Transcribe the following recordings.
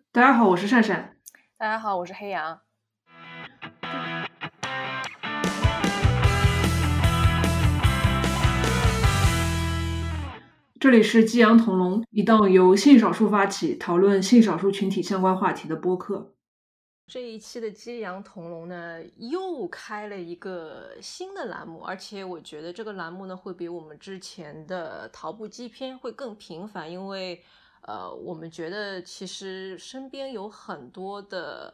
大家好，我是善善。 大家好，我是黑羊。 这里是激扬同笼，一档由性少数发起讨论性少数群体相关话题的播客。 这一期的激扬同笼呢，又开了一个新的栏目，而且我觉得这个栏目呢，会比我们之前的逃步基篇会更频繁，因为我们觉得其实身边有很多的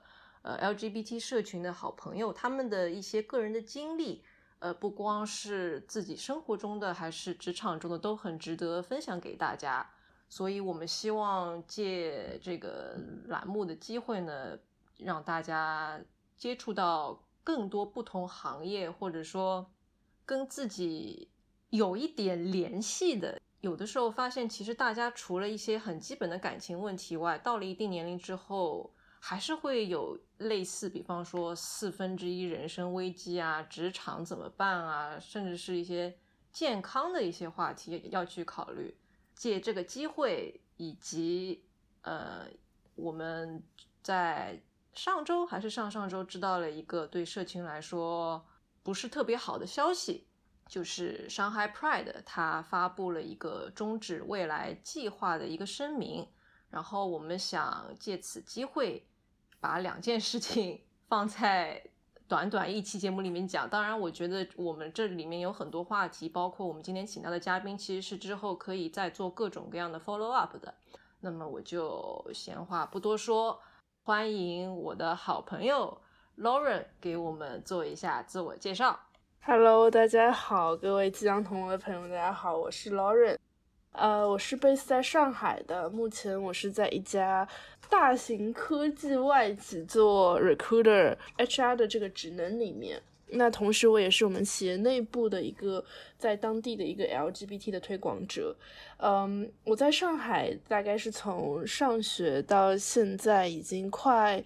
LGBT 社群的好朋友，他们的一些个人的经历，不光是自己生活中的，还是职场中的，都很值得分享给大家。所以我们希望借这个栏目的机会呢，让大家接触到更多不同行业，或者说跟自己有一点联系的。有的时候发现，其实大家除了一些很基本的感情问题外，到了一定年龄之后，还是会有类似，比方说1/4人生危机啊，职场怎么办啊，甚至是一些健康的一些话题要去考虑。借这个机会，以及我们在上周还是上上周知道了一个对社群来说不是特别好的消息，就是上海 Pride 它发布了一个终止未来计划的一个声明，然后我们想借此机会把两件事情放在短短一期节目里面讲。当然我觉得我们这里面有很多话题，包括我们今天请到的嘉宾其实是之后可以再做各种各样的 follow up 的。那么我就闲话不多说，欢迎我的好朋友 Lauren 给我们做一下自我介绍。 Hello， 大家好，各位激扬同笼的朋友大家好，我是 Lauren。我是 base 在上海的，目前我是在一家大型科技外企做 recruiter HR 的这个职能里面。那同时我也是我们企业内部的一个在当地的一个 LGBT 的推广者。我在上海大概是从上学到现在已经快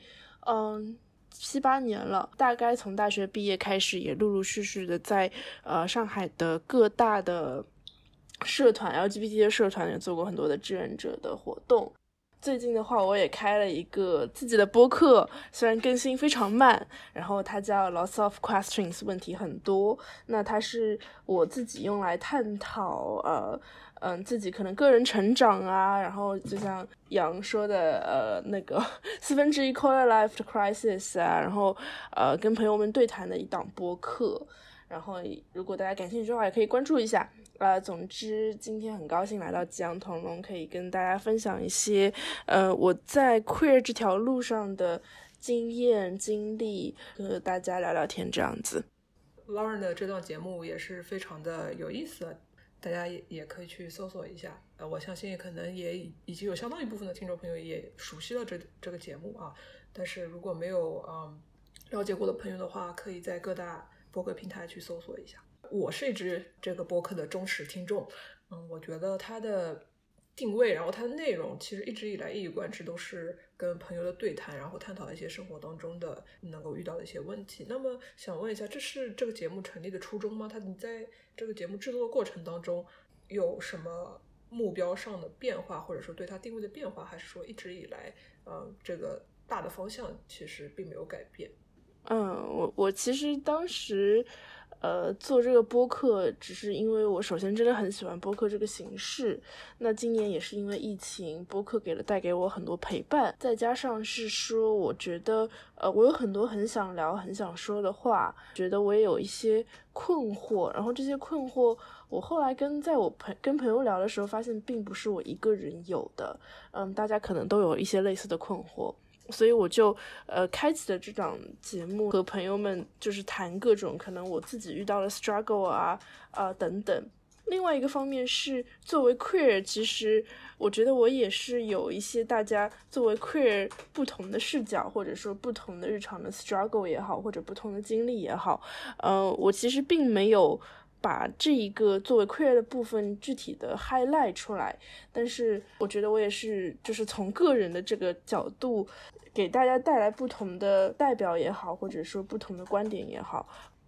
7、8年了，大概从大学毕业开始，也陆陆续续的在上海的各大的社团 LGBT 的社团也做过很多的志愿者的活动。最近的话我也开了一个自己的播客，虽然更新非常慢，然后它叫 Lots of Questions， 问题很多。那它是我自己用来探讨自己可能个人成长啊，然后就像杨说的那个1/4 quarter life crisis 啊，然后跟朋友们对谈的一档播客。然后如果大家感兴趣的话也可以关注一下。总之今天很高兴来到激扬同笼，可以跟大家分享一些我在 queer 这条路上的经验经历，和大家聊聊天这样子。 Lauren 的这档节目也是非常的有意思，大家也可以去搜索一下。我相信可能也已经有相当一部分的听众朋友也熟悉了这个节目啊，但是如果没有了解过的朋友的话，可以在各大播客平台去搜索一下。我是一直这个播客的忠实听众，我觉得它的定位，然后它的内容其实一直以来一以贯之都是跟朋友的对谈，然后探讨一些生活当中的能够遇到的一些问题。那么想问一下，这是这个节目成立的初衷吗？你在这个节目制作的过程当中有什么目标上的变化，或者说对它定位的变化，还是说一直以来这个大的方向其实并没有改变？ 我其实当时做这个播客只是因为我首先真的很喜欢播客这个形式，那今年也是因为疫情，播客带给我很多陪伴，再加上是说我觉得我有很多很想聊很想说的话，觉得我也有一些困惑，然后这些困惑我后来跟朋友聊的时候发现并不是我一个人有的，大家可能都有一些类似的困惑，所以我就开启了这档节目，和朋友们就是谈各种可能我自己遇到的 struggle 啊等等。另外一个方面是作为 queer， 其实我觉得我也是有一些大家作为 queer 不同的视角，或者说不同的日常的 struggle 也好，或者不同的经历也好，我其实并没有把这一个作为 queer 的部分具体的 highlight 出来，但是我觉得我也是就是从个人的这个角度给大家带来不同的代表也好，或者说不同的观点也好，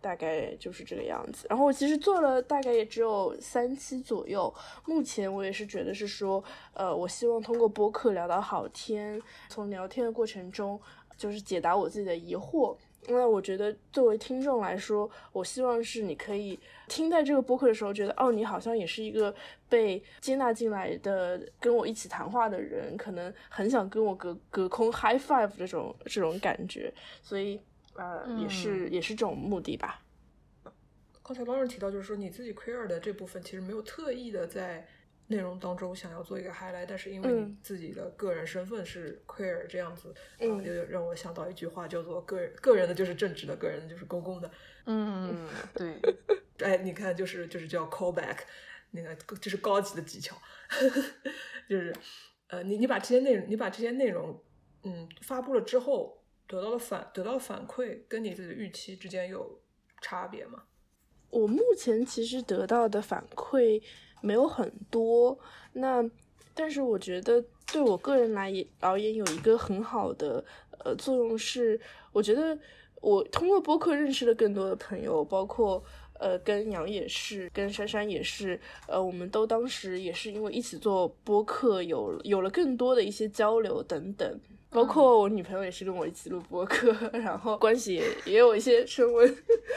大概就是这个样子。然后我其实做了大概也只有3期左右，目前我也是觉得是说，我希望通过播客聊到好天，从聊天的过程中就是解答我自己的疑惑。那我觉得作为听众来说，我希望是你可以听在这个播客的时候觉得，你好像也是一个被接纳进来的跟我一起谈话的人，可能很想跟我隔空 high five 这种感觉，所以也是这种目的吧。 刚才Lauren提到就是说你自己 queer 的这部分其实没有特意的在内容当中想要做一个 highlight， 但是因为你自己的个人身份是 queer 这样子，就让我想到一句话叫做个人的就是正直的，个人的就是公共的。 对。 哎，你看就是叫 callback， 那个这是高级的技巧，就是你把这些内容发布了之后得到了反馈，跟你自己的预期之间有差别吗？ 我目前其实得到的反馈没有很多，但是我觉得对我个人而言有一个很好的作用是，我觉得我通过播客认识了更多的朋友，包括跟杨也是，跟珊珊也是，我们都当时也是因为一起做播客有了更多的一些交流等等，包括我女朋友也是跟我一起录播客，然后关系也有一些升温。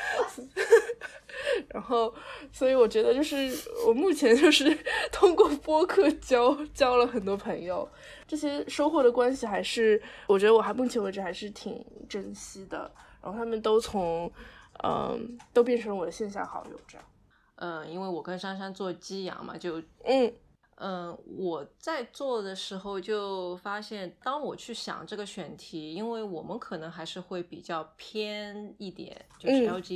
然后所以我觉得就是我目前就是通过播客交了很多朋友，这些收获的关系还是我觉得我目前为止还是挺珍惜的，然后他们都都变成了我的线下好友这样。 因为我跟珊珊做激扬嘛，就我在做的时候就发现，当我去想这个选题，因为我们可能还是会比较偏一点，就是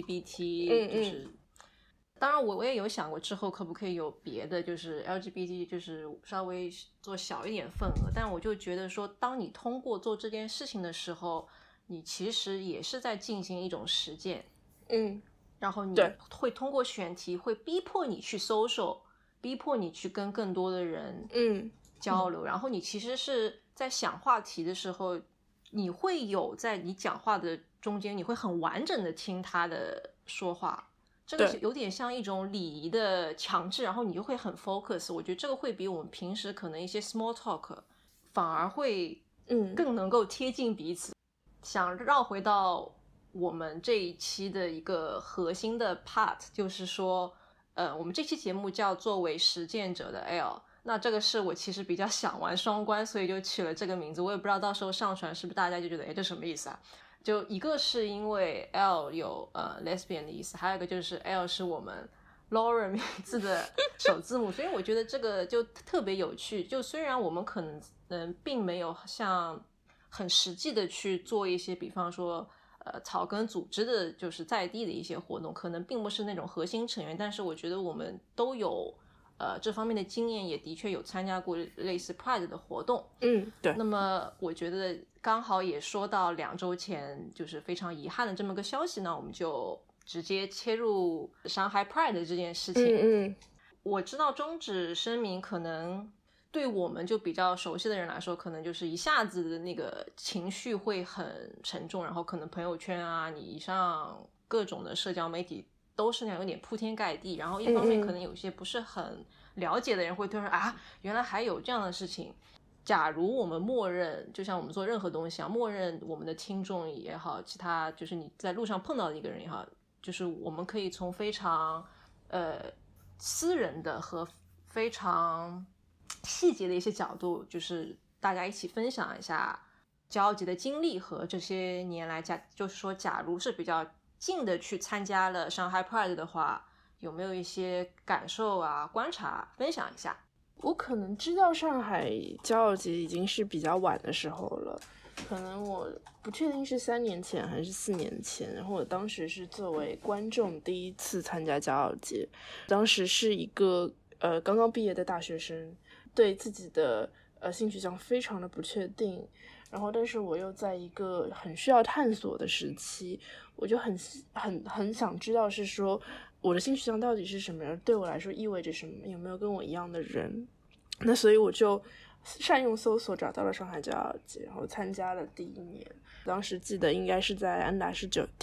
LGBT，就是当然我也有想过之后可不可以有别的，就是 LGBT 就是稍微做小一点份额，但我就觉得说，当你通过做这件事情的时候，你其实也是在进行一种实践，然后你会通过选题会逼迫你去social，逼迫你去跟更多的人交流，然后你其实是在想话题的时候，你会有在你讲话的中间，你会很完整的听他的说话，这个有点像一种礼仪的强制，然后你就会很 focus。 我觉得这个会比我们平时可能一些 small talk 反而会更能够贴近彼此。想绕回到我们这一期的一个核心的 part， 就是说我们这期节目叫作为实践者的 L， 那这个是我其实比较想玩双关，所以就取了这个名字。我也不知道到时候上传是不是大家就觉得这什么意思啊，就一个是因为 L 有lesbian 的意思，还有一个就是 L 是我们 Lauren 名字的首字母，所以我觉得这个就特别有趣。就虽然我们可能并没有像很实际的去做一些比方说草根组织的就是在地的一些活动，可能并不是那种核心成员，但是我觉得我们都有这方面的经验，也的确有参加过类似 Pride 的活动。 对。 那么我觉得刚好也说到2周前就是非常遗憾的这么个消息呢，我们就直接切入上海 Pride 这件事情。我知道终止声明可能对我们就比较熟悉的人来说，可能就是一下子的那个情绪会很沉重，然后可能朋友圈啊，你上各种的社交媒体都是那样有点铺天盖地，然后一方面可能有些不是很了解的人会突然说原来还有这样的事情。假如我们默认，就像我们做任何东西默认我们的听众也好，其他就是你在路上碰到的一个人也好，就是我们可以从非常私人的和非常细节的一些角度，就是大家一起分享一下交集的经历和这些年来就是说假如是比较近的去参加了上海 Pride 的话，有没有一些感受啊观察分享一下。 我可能知道上海骄傲节已经是比较晚的时候了，可能我不确定是3年前还是4年前，然后我当时是作为观众第一次参加骄傲节，当时是一个刚刚毕业的大学生，对自己的性取向非常的不确定，然后但是我又在一个很需要探索的时期，我就很想知道是说我的性取向到底是什么，对我来说意味着什么，有没有跟我一样的人。那所以我就善用搜索找到了上海骄傲节，然后参加了第1年。当时记得应该是在安达仕酒店，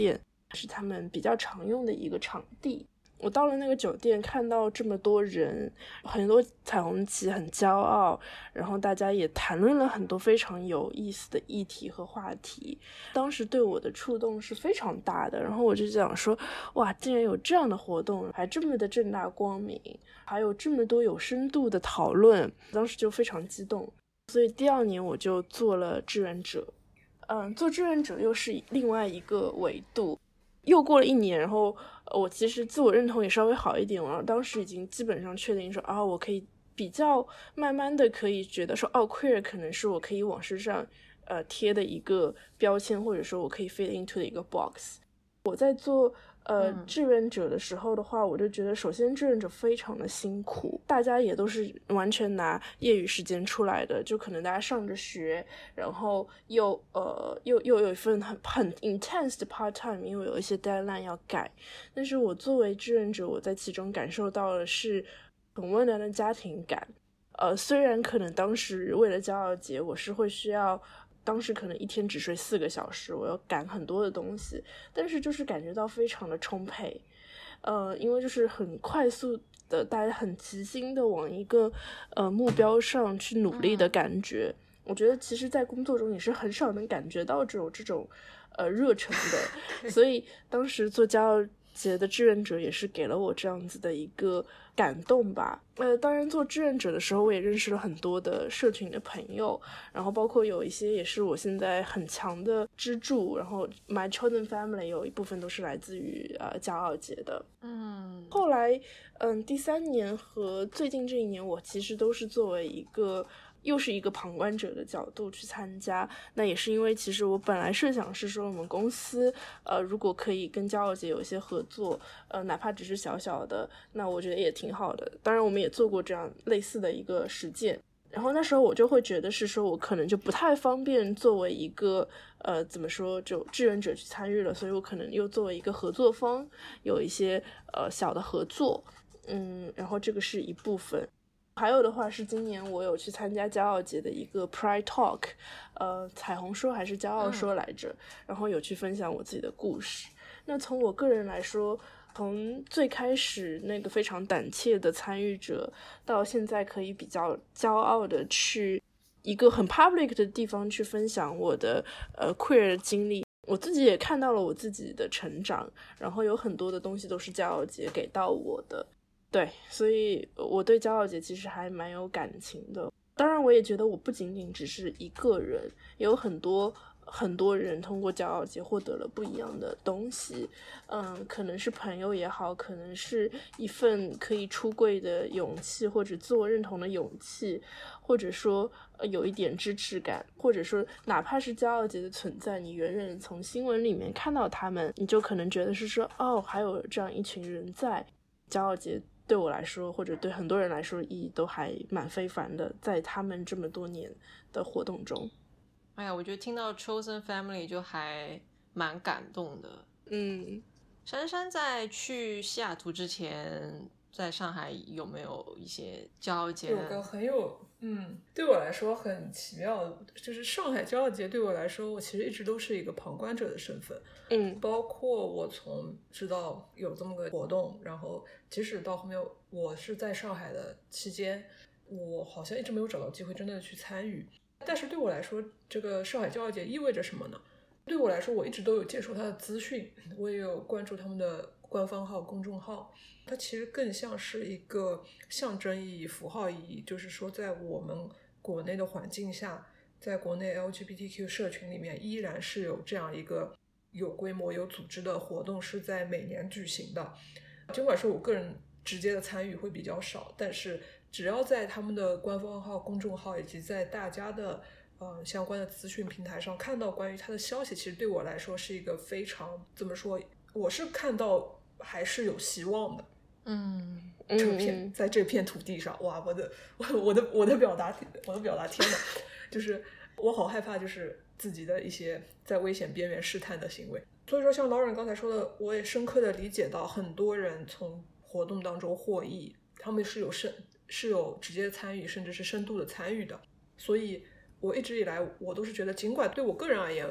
是他们比较常用的一个场地。我到了那个酒店，看到这么多人，很多彩虹旗，很骄傲，然后大家也谈论了很多非常有意思的议题和话题，当时对我的触动是非常大的。然后我就想说，哇，竟然有这样的活动，还这么的正大光明，还有这么多有深度的讨论，当时就非常激动。所以第2年我就做了志愿者。做志愿者又是另外一个维度。又过了1年，然后我其实自我认同也稍微好一点，然后当时已经基本上确定说我可以比较慢慢的可以觉得说queer 可能是我可以往身上贴的一个标签，或者说我可以 fit into 的一个 box。我在做志愿者的时候的话，我就觉得首先志愿者非常的辛苦，大家也都是完全拿业余时间出来的，就可能大家上着学，然后又有一份很 intense 的 part time， 因为有一些 deadline 要改。但是我作为志愿者，我在其中感受到的是很温暖的家庭感。虽然可能当时为了骄傲节，我是会需要当时可能1天只睡4个小时，我要赶很多的东西，但是就是感觉到非常的充沛。因为就是很快速的，大家很齐心的往一个目标上去努力的感觉。我觉得其实在工作中也是很少能感觉到这种热忱的，所以当时做骄傲节的志愿者也是给了我这样子的一个感动吧。当然做志愿者的时候，我也认识了很多的社群的朋友，然后包括有一些也是我现在很强的支柱，然后 my chosen family 有一部分都是来自于骄傲节的。后来第3年和最近这1年，我其实都是作为又是一个旁观者的角度去参加。那也是因为其实我本来设想是说我们公司如果可以跟骄傲节有一些合作，哪怕只是小小的，那我觉得也挺好的。当然我们也做过这样类似的一个实践，然后那时候我就会觉得是说我可能就不太方便作为一个怎么说就志愿者去参与了，所以我可能又作为一个合作方有一些小的合作。然后这个是一部分。还有的话是今年我有去参加骄傲节的一个 Pride Talk， 彩虹说还是骄傲说来着，然后有去分享我自己的故事。那从我个人来说，从最开始那个非常胆怯的参与者，到现在可以比较骄傲的去一个很 public 的地方去分享我的queer 的经历，我自己也看到了我自己的成长，然后有很多的东西都是骄傲节给到我的。对，所以我对骄傲节其实还蛮有感情的。当然我也觉得我不仅仅只是一个人，也有很多人通过骄傲节获得了不一样的东西。可能是朋友也好，可能是一份可以出柜的勇气，或者自我认同的勇气，或者说有一点支持感，或者说哪怕是骄傲节的存在，你远远从新闻里面看到他们，你就可能觉得是说还有这样一群人在。骄傲节对我来说，或者对很多人来说，意义都还蛮非凡的，在他们这么多年的活动中。 哎呀，我觉得听到 Chosen Family 就还蛮感动的。珊珊在去西雅图之前，在上海有没有一些骄傲节？ 有个很有对我来说很奇妙，就是上海骄傲节对我来说，我其实一直都是一个旁观者的身份。包括我从知道有这么个活动，然后即使到后面我是在上海的期间，我好像一直没有找到机会真的去参与。但是对我来说，这个上海骄傲节意味着什么呢？对我来说，我一直都有接受它的资讯，我也有关注他们的官方号、公众号。它其实更像是一个象征意义、符号意义，就是说在我们国内的环境下，在国内 LGBTQ 社群里面依然是有这样一个有规模有组织的活动是在每年举行的。尽管是我个人直接的参与会比较少，但是只要在他们的官方号、公众号以及在大家的相关的资讯平台上看到关于它的消息，其实对我来说是一个非常怎么说，我是看到还是有希望的。在这片土地上，哇，我的表达天哪，就是我好害怕，就是自己的一些在危险边缘试探的行为。所以说像Lauren刚才说的，我也深刻的理解到很多人从活动当中获益，他们是有直接参与甚至是深度的参与的。所以我一直以来我都是觉得，尽管对我个人而言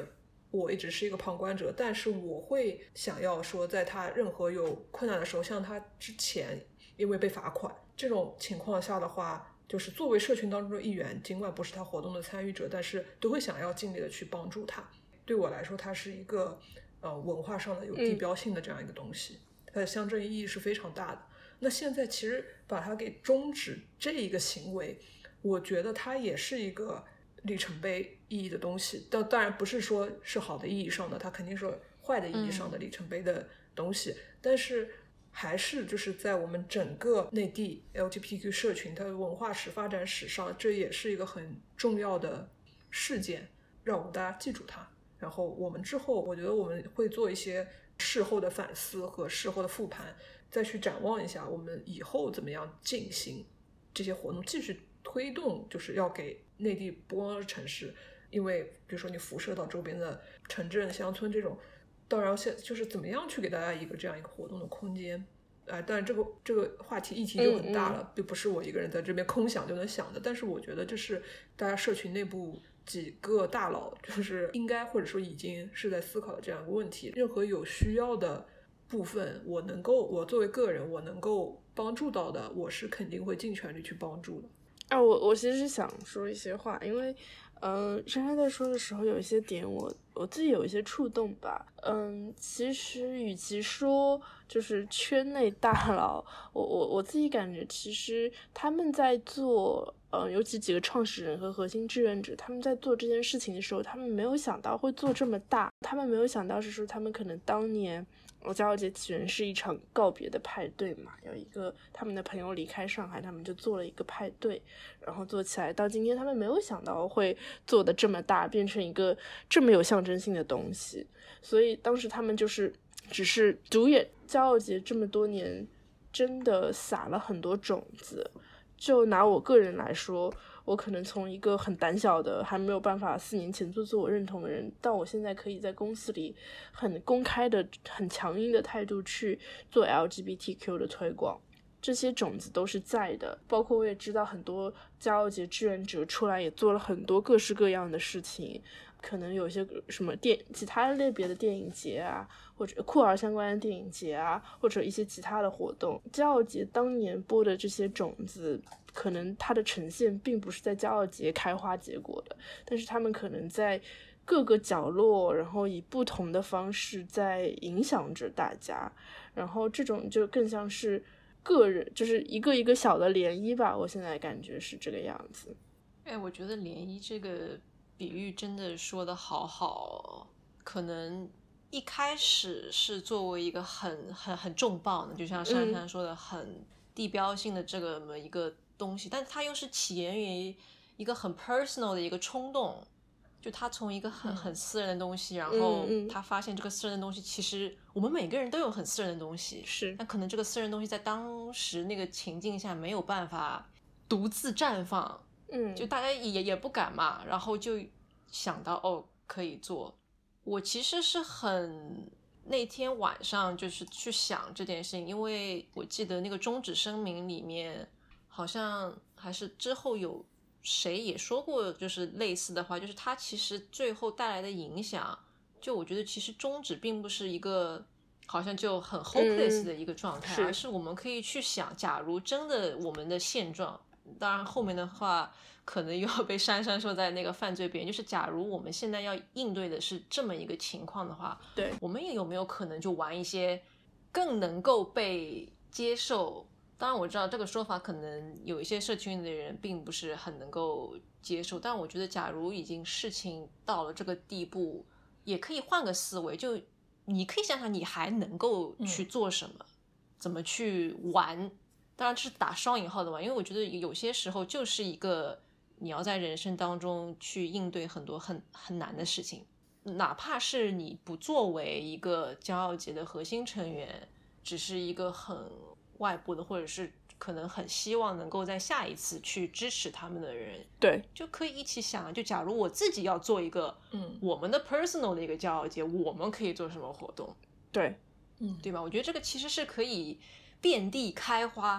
我一直是一个旁观者，但是我会想要说，在他任何有困难的时候，像他之前因为被罚款这种情况下的话，就是作为社群当中的一员，尽管不是他活动的参与者，但是都会想要尽力的去帮助他。对我来说，它是一个文化上的有地标性的这样一个东西，它的象征意义是非常大的。那现在其实把它给终止这一个行为，我觉得它也是一个里程碑意义的东西，当然不是说是好的意义上的，它肯定是坏的意义上的里程碑的东西，但是还是就是在我们整个内地 LGBTQ 社群它的文化史发展史上，这也是一个很重要的事件，让我们大家记住它。然后我们之后我觉得我们会做一些事后的反思和事后的复盘，再去展望一下我们以后怎么样进行这些活动，继续推动，就是要给内地不光是城市，因为比如说你辐射到周边的城镇乡村这种，当然就是怎么样去给大家一个这样一个活动的空间。当然这个话题议题就很大了，并不是我一个人在这边空想就能想的，但是我觉得这是大家社群内部几个大佬就是应该或者说已经是在思考的这样一个问题。任何有需要的部分，我作为个人我能够帮助到的，我是肯定会尽全力去帮助的。 我其实想说一些话，因为珊珊在说的时候有一些点我自己有一些触动吧。其实与其说就是圈内大佬，我自己感觉其实他们在做尤其几个创始人和核心志愿者，他们在做这件事情的时候，他们没有想到会做这么大，他们没有想到是说他们可能当年骄傲节起源是一场告别的派对嘛，有一个他们的朋友离开上海，他们就做了一个派对，然后做起来到今天他们没有想到会做得这么大，变成一个这么有象征性的东西。所以当时他们就是只是主演骄傲节这么多年真的撒了很多种子。就拿我个人来说，我可能从一个很胆小的还没有办法4年前做自我认同的人，到我现在可以在公司里很公开的很强硬的态度去做 LGBTQ 的推广，这些种子都是在的。包括我也知道很多骄傲节志愿者出来也做了很多各式各样的事情，可能有些什么其他类别的电影节啊，或者酷儿相关的电影节啊，或者一些其他的活动。骄傲节当年播的这些种子，可能它的呈现并不是在骄傲节开花结果的，但是他们可能在各个角落，然后以不同的方式在影响着大家。然后这种就更像是个人，就是一个一个小的涟漪吧，我现在感觉是这个样子。 我觉得涟漪这个比喻真的说得好，可能一开始是作为一个很重磅的，就像珊珊说的很地标性的这么一个东西，但它又是起源于一个很 personal 的一个冲动，就他从一个很私人的东西，然后他发现这个私人的东西其实我们每个人都有很私人的东西， 是， 但可能这个私人的东西在当时那个情境下没有办法独自绽放，就大家也不敢嘛，然后就想到可以做。我其实是那天晚上就是去想这件事情，因为我记得那个终止声明里面好像还是之后有谁也说过就是类似的话，就是它其实最后带来的影响，就我觉得其实终止并不是一个好像就很 hopeless 的一个状态，而是我们可以去想，假如真的我们的现状，当然后面的话可能又要被珊珊说在那个犯罪边缘，就是假如我们现在要应对的是这么一个情况的话， 对， 我们也有没有可能就玩一些更能够被接受，当然我知道这个说法可能有一些社群的人并不是很能够接受，但我觉得假如已经事情到了这个地步，也可以换个思维，就你可以想想你还能够去做什么，怎么去玩，当然这是打双引号的玩，因为我觉得有些时候就是一个你要在人生当中去应对很多很难的事情，哪怕是你不作为一个骄傲节的核心成员，只是一个很外部的，或者是可能很希望能够在下一次去支持他们的人， 对， 就可以一起想，就假如我自己要做一个我们的 personal 的一个骄傲节，我们可以做什么活动， 对， 对吧？我觉得这个其实是可以遍地开花，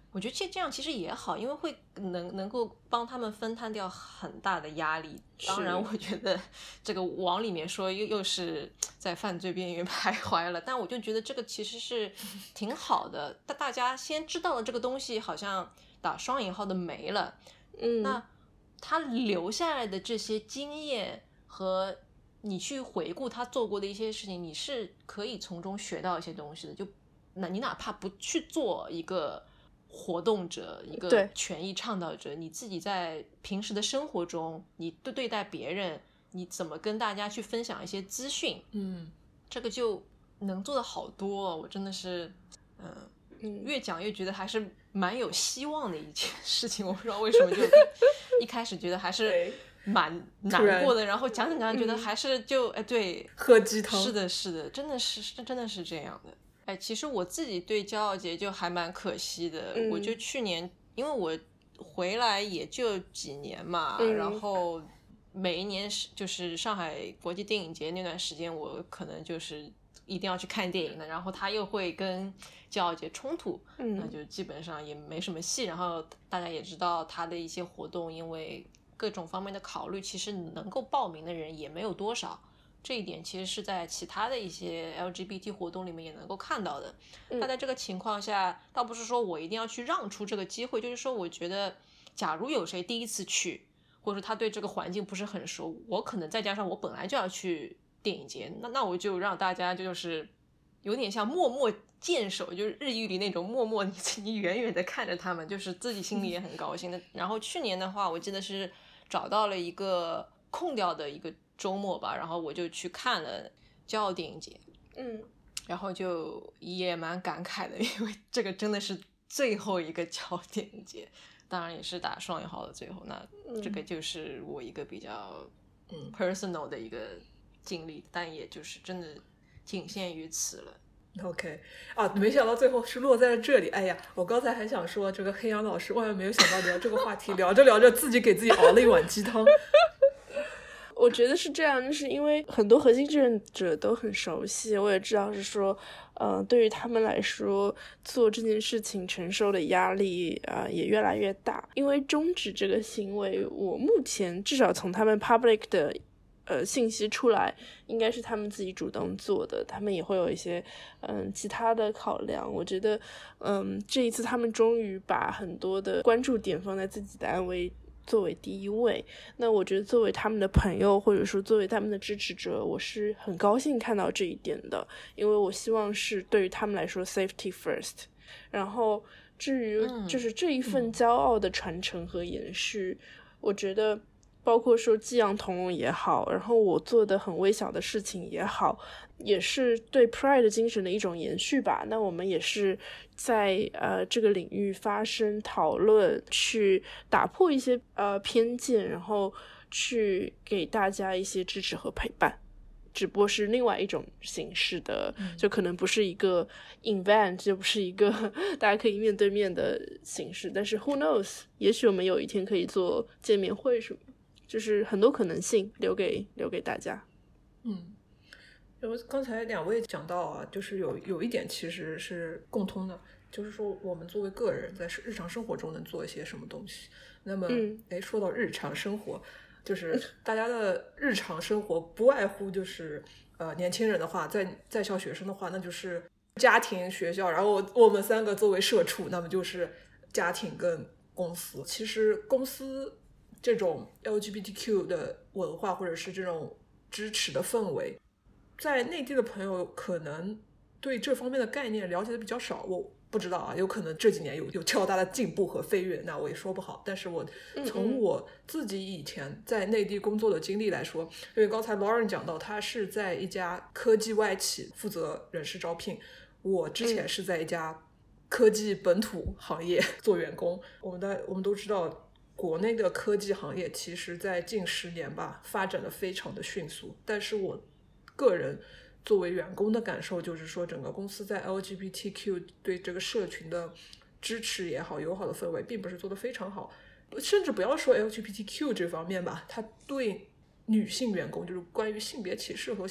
我觉得这样其实也好，因为会能够帮他们分摊掉很大的压力。当然我觉得这个往里面说又是在犯罪边缘徘徊了，但我就觉得这个其实是挺好的，大家先知道了这个东西好像打双引号的没了，那他留下来的这些经验和你去回顾他做过的一些事情，你是可以从中学到一些东西的。就你哪怕不去做一个活动者，一个权益倡导者，你自己在平时的生活中，你对待别人，你怎么跟大家去分享一些资讯，这个就能做的好多。我真的是越讲越觉得还是蛮有希望的一件事情。我不知道为什么就一开始觉得还是蛮难过的，然后讲觉得还是就对， 喝鸡汤。 是的，真的是这样的。其实我自己对骄傲节就还蛮可惜的，我就去年因为我回来也就几年嘛，然后每一年就是上海国际电影节那段时间，我可能就是一定要去看电影的，然后他又会跟骄傲节冲突，那就基本上也没什么戏。然后大家也知道他的一些活动，因为各种方面的考虑，其实能够报名的人也没有多少。这一点其实是在其他的一些 LGBT 活动里面也能够看到的。那在这个情况下，倒不是说我一定要去让出这个机会，就是说我觉得假如有谁第一次去，或者说他对这个环境不是很熟，我可能再加上我本来就要去电影节，那我就让大家就是有点像默默坚守，就是日语里那种默默你远远的看着他们，就是自己心里也很高兴的。然后去年的话，我记得是找到了一个空掉的一个周末吧，然后我就去看了骄傲电影节，然后就也蛮感慨的，因为这个真的是最后一个骄傲电影节，当然也是打双引号的最后。那这个就是我一个比较personal 的一个经历，但也就是真的仅限于此了。 OK 啊，没想到最后是落在了这里。哎呀，我刚才还想说这个黑羊老师，万万没有想到聊这个话题，聊着聊着自己给自己熬了一碗鸡汤。 我觉得是这样，就是因为很多核心志愿者都很熟悉，我也知道是说，对于他们来说，做这件事情承受的压力也越来越大。因为终止这个行为，我目前至少从他们 public 的信息出来，应该是他们自己主动做的，他们也会有一些其他的考量。我觉得这一次他们终于把很多的关注点放在自己的安危作为第一位，那我觉得作为他们的朋友或者说作为他们的支持者，我是很高兴看到这一点的，因为我希望是对于他们来说 safety first。 然后至于就是这一份骄傲的传承和延续，我觉得包括说激扬同荣也好，然后我做的很微小的事情也好，也是对 Pride 精神的一种延续吧。那我们也是在这个领域发声讨论，去打破一些偏见，然后去给大家一些支持和陪伴，只不过是另外一种形式的，就可能不是一个 event， 就不是一个大家可以面对面的形式，但是 who knows， 也许我们有一天可以做见面会什么，就是很多可能性留给大家。 因为刚才两位讲到啊，就是有一点其实是共通的，就是说我们作为个人在日常生活中能做一些什么东西。那么说到日常生活，就是大家的日常生活不外乎就是年轻人的话，在校学生的话，那就是家庭学校，然后我们三个作为社畜，那么就是家庭跟公司。其实公司这种 LGBTQ 的文化或者是这种支持的氛围，在内地的朋友可能对这方面的概念了解的比较少，我不知道啊，有可能这几年有较大的进步和飞跃，那我也说不好。但是我从我自己以前在内地工作的经历来说，因为刚才 Lauren 讲到他是在一家科技外企负责人事招聘，我之前是在一家科技本土行业做员工。我们都知道国内的科技行业其实在近10年吧发展的非常的迅速，但是我个人作为员工的感受就是说，整个公司在 LGBTQ 对这个社群的支持也好，友好的氛围并不是做得非常好。甚至不要说 LGBTQ 这方面吧，它对女性员工就是关于性别歧视和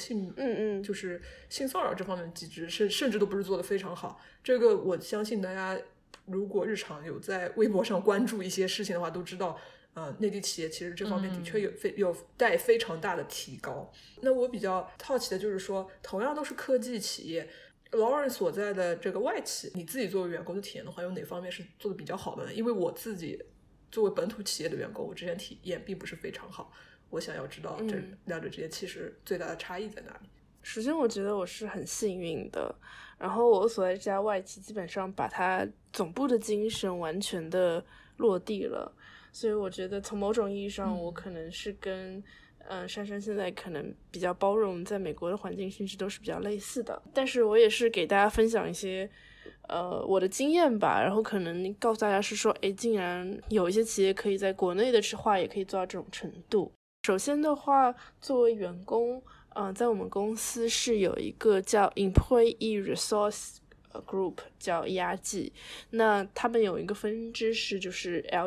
就是性骚扰这方面的机制甚至都不是做得非常好。这个我相信大家如果日常有在微博上关注一些事情的话，都知道内地企业其实这方面的确有待非常大的提高。那我比较好奇的就是说，同样都是科技企业，Lauren 所在的这个外企，你自己作为员工的体验的话，有哪方面是做的比较好的呢？因为我自己作为本土企业的员工，我之前体验并不是非常好，我想要知道两者之间其实最大的差异在哪里。 首先我觉得我是很幸运的，然后我所在这家外企基本上把它总部的精神完全的落地了，所以我觉得从某种意义上我可能是跟珊珊现在可能比较包容在美国的环境甚至都是比较类似的，但是我也是给大家分享一些我的经验吧，然后可能告诉大家是说竟然有一些企业可以在国内的话也可以做到这种程度。首先的话，作为员工在我们公司是有一个叫 Employee Resource Group 叫 ERG， 那他们有一个分支是就是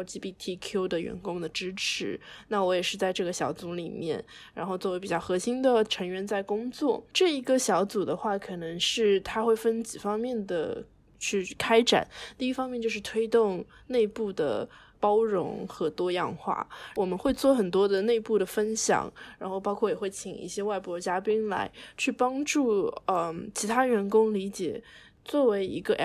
LGBTQ 的员工的支持，那我也是在这个小组里面，然后作为比较核心的成员在工作。这一个小组的话可能是它会分几方面的去开展，第一方面就是推动内部的包容和多样化，我们会做很多的内部的分享，然后包括也会请一些外部的嘉宾来去帮助其他员工理解作为一个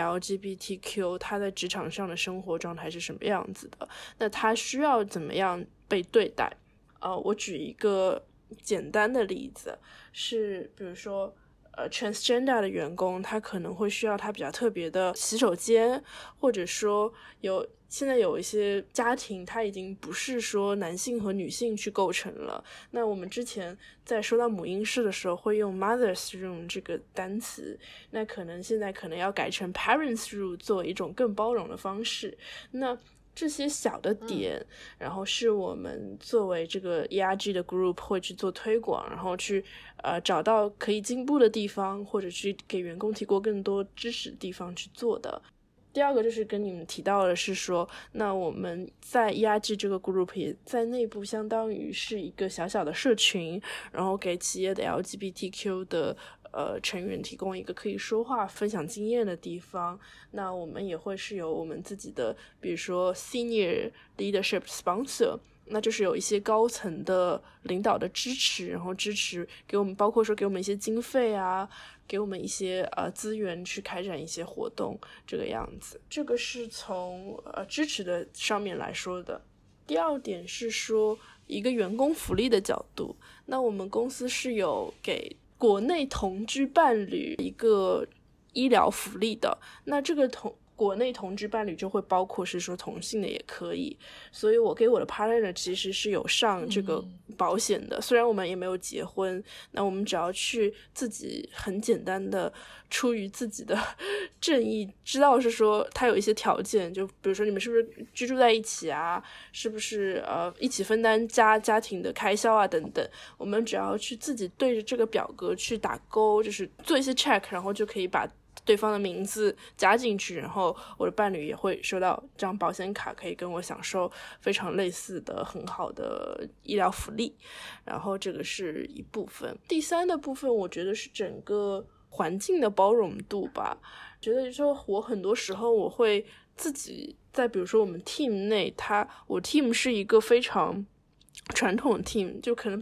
LGBTQ 他在职场上的生活状态是什么样子的，那他需要怎么样被对待。我举一个简单的例子，是比如说transgender 的员工，他可能会需要他比较特别的洗手间，或者说现在有一些家庭他已经不是说男性和女性去构成了，那我们之前在说到母婴室的时候会用 mothers room 这个单词，那可能现在可能要改成 parents room 作为一种更包容的方式。那这些小的点然后是我们作为这个 ERG 的 group 会去做推广，然后去找到可以进步的地方，或者去给员工提供更多支持的地方去做的。第二个就是跟你们提到的是说，那我们在 ERG 这个 group 也在内部相当于是一个小小的社群，然后给企业的 LGBTQ 的成员提供一个可以说话分享经验的地方。那我们也会是有我们自己的比如说 senior leadership sponsor，那就是有一些高层的领导的支持，然后支持给我们，包括说给我们一些经费啊，给我们一些资源去开展一些活动，这个样子。这个是从支持的上面来说的。第二点是说一个员工福利的角度，那我们公司是有给国内同居伴侣一个医疗福利的，那这个国内同居伴侣就会包括是说同性的也可以，所以我给我的 partner 其实是有上这个保险的，虽然我们也没有结婚，那我们只要去自己很简单的出于自己的正义，知道是说他有一些条件，就比如说你们是不是居住在一起啊，是不是一起分担家庭的开销啊等等，我们只要去自己对着这个表格去打勾，就是做一些 check， 然后就可以把对方的名字加进去，然后我的伴侣也会收到这张保险卡，可以跟我享受非常类似的很好的医疗福利，然后这个是一部分。第三的部分我觉得是整个环境的包容度吧，觉得说我很多时候我会自己在比如说我们 team 内，我 team 是一个非常传统的 team， 就可能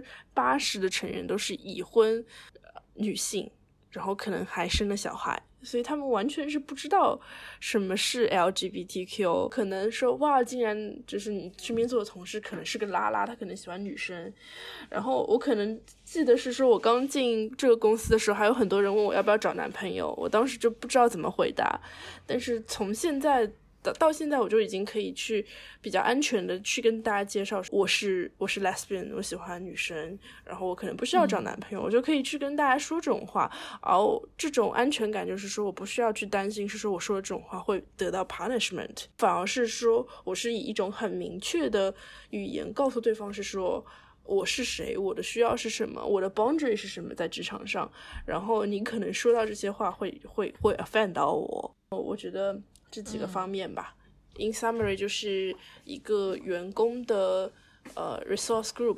80%的成员都是已婚女性，然后可能还生了小孩，所以他们完全是不知道什么是 LGBTQ， 可能说哇竟然就是你身边做的同事可能是个拉拉，他可能喜欢女生，然后我可能记得是说我刚进这个公司的时候还有很多人问我要不要找男朋友，我当时就不知道怎么回答，但是从现在到现在我就已经可以去比较安全的去跟大家介绍我是 lesbian， 我喜欢女生，然后我可能不需要找男朋友，我就可以去跟大家说这种话，然后这种安全感就是说我不需要去担心是说我说的这种话会得到 punishment， 反而是说我是以一种很明确的语言告诉对方是说我是谁，我的需要是什么，我的 boundary 是什么在职场上，然后你可能说到这些话会 offend 到我觉得这几个方面吧。In summary 就是一个员工的resource group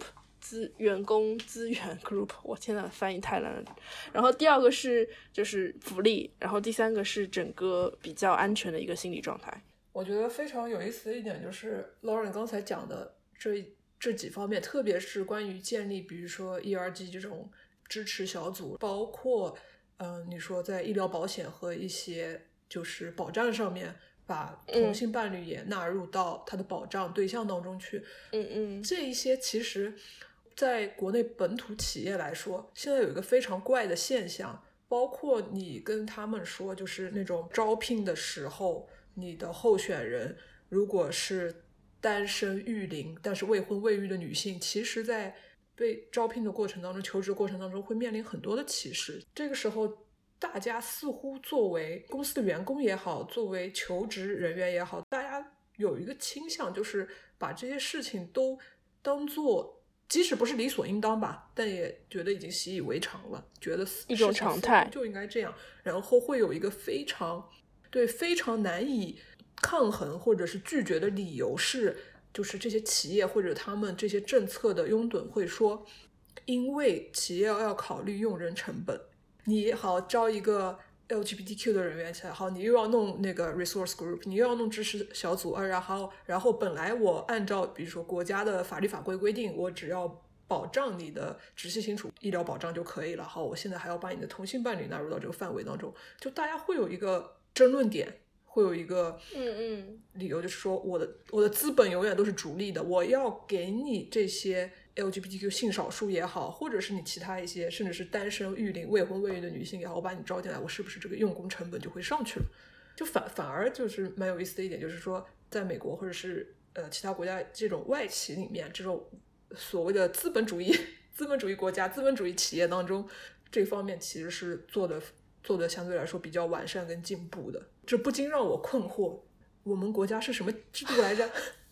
员工资源 group， 我天呐，翻译太烂了。然后第二个是就是福利，然后第三个是整个比较安全的一个心理状态。 我觉得非常有意思的一点就是 Lauren 刚才讲的这几方面，特别是关于建立比如说 ERG 这种支持小组，包括你说在医疗保险和一些就是保障上面把同性伴侣也纳入到他的保障对象当中去。这一些其实在国内本土企业来说，现在有一个非常怪的现象，包括你跟他们说就是那种招聘的时候，你的候选人如果是单身育龄但是未婚未育的女性，其实在被招聘的过程当中，求职过程当中会面临很多的歧视。这个时候大家似乎作为公司的员工也好，作为求职人员也好，大家有一个倾向，就是把这些事情都当做即使不是理所应当吧，但也觉得已经习以为常了，觉得一种常态就应该这样，然后会有一个非常难以抗衡或者是拒绝的理由是，就是这些企业或者他们这些政策的拥趸会说，因为企业要考虑用人成本，你好招一个 LGBTQ 的人员起来，好你又要弄那个 resource group， 你又要弄支持小组，然后本来我按照比如说国家的法律法规规定，我只要保障你的直系亲属医疗保障就可以了，好我现在还要把你的同性伴侣纳入到这个范围当中，就大家会有一个争论点，会有一个理由，就是说我的资本永远都是逐利的，我要给你这些 LGBTQ 性少数也好，或者是你其他一些甚至是单身育龄未婚未育的女性也好，我把你招进来，我是不是这个用工成本就会上去了？就反而就是蛮有意思的一点，就是说在美国或者是其他国家这种外企里面，这种所谓的资本主义国家资本主义企业当中，这方面其实是做的相对来说比较完善跟进步的。这不禁让我困惑，我们国家是什么制度来着？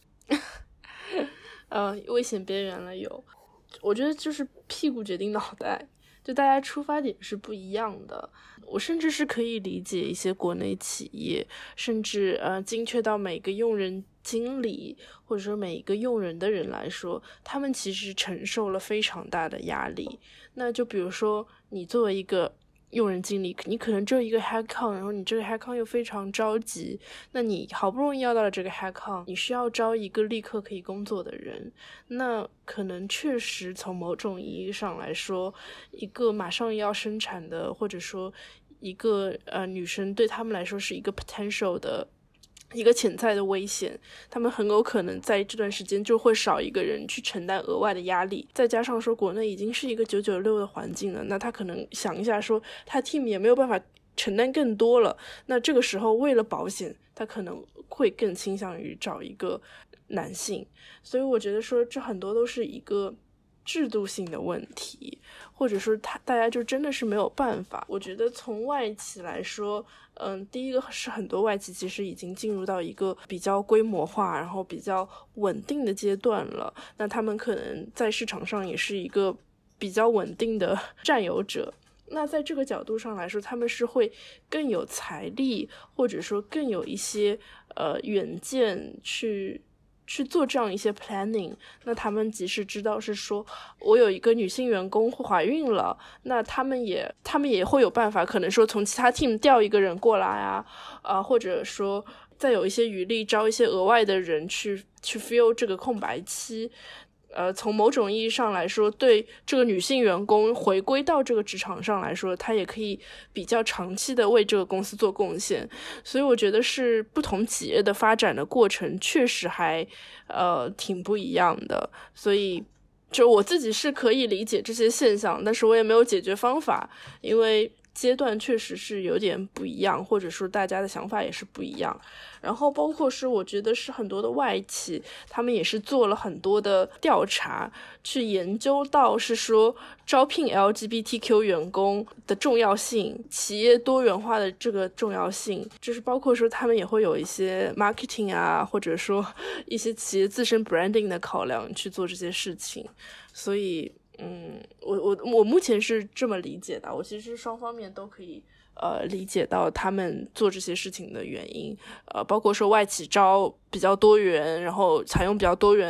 危险边缘了有。我觉得就是屁股决定脑袋，就大家出发点是不一样的。我甚至是可以理解一些国内企业，甚至精确到每个用人经理或者说每一个用人的人来说，他们其实承受了非常大的压力。那就比如说你作为一个用人经理，你可能只有一个 headcount， 然后你这个 headcount 又非常着急，那你好不容易要到了这个 headcount， 你需要招一个立刻可以工作的人，那可能确实从某种意义上来说，一个马上要生产的，或者说一个女生对他们来说是一个 potential 的一个潜在的危险，他们很有可能在这段时间就会少一个人去承担额外的压力，再加上说国内已经是一个996的环境了，那他可能想一下说他 team 也没有办法承担更多了，那这个时候为了保险，他可能会更倾向于找一个男性。所以我觉得说这很多都是一个制度性的问题，或者说大家就真的是没有办法。我觉得从外企来说，第一个是很多外企其实已经进入到一个比较规模化然后比较稳定的阶段了，那他们可能在市场上也是一个比较稳定的占有者。那在这个角度上来说，他们是会更有财力，或者说更有一些远见去做这样一些 planning。 那他们即使知道是说我有一个女性员工怀孕了，那他们也会有办法，可能说从其他 team 调一个人过来啊，或者说再有一些余力招一些额外的人去 fill 这个空白期。从某种意义上来说，对这个女性员工回归到这个职场上来说，她也可以比较长期的为这个公司做贡献。所以我觉得是不同企业的发展的过程确实还挺不一样的。所以就我自己是可以理解这些现象，但是我也没有解决方法，因为阶段确实是有点不一样，或者说大家的想法也是不一样。然后包括是我觉得是很多的外企，他们也是做了很多的调查，去研究到是说招聘 LGBTQ 员工的重要性，企业多元化的这个重要性，就是包括说他们也会有一些 marketing 啊，或者说一些企业自身 branding 的考量去做这些事情。所以我目前是这么理解的，我其实双方面都可以理解到他们做这些事情的原因，包括说外企招比较多元，然后采用比较多元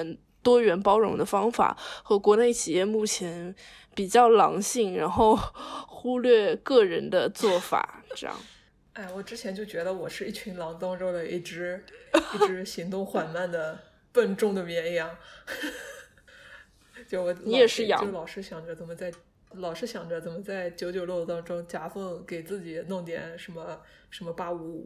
多元包容的方法和国内企业目前比较狼性，然后忽略个人的做法，这样。 哎，我之前就觉得我是一群狼当中的一只行动缓慢的笨重的绵羊。就我你也是羊， 就老是想着怎么在996当中夹缝给自己弄点什么855。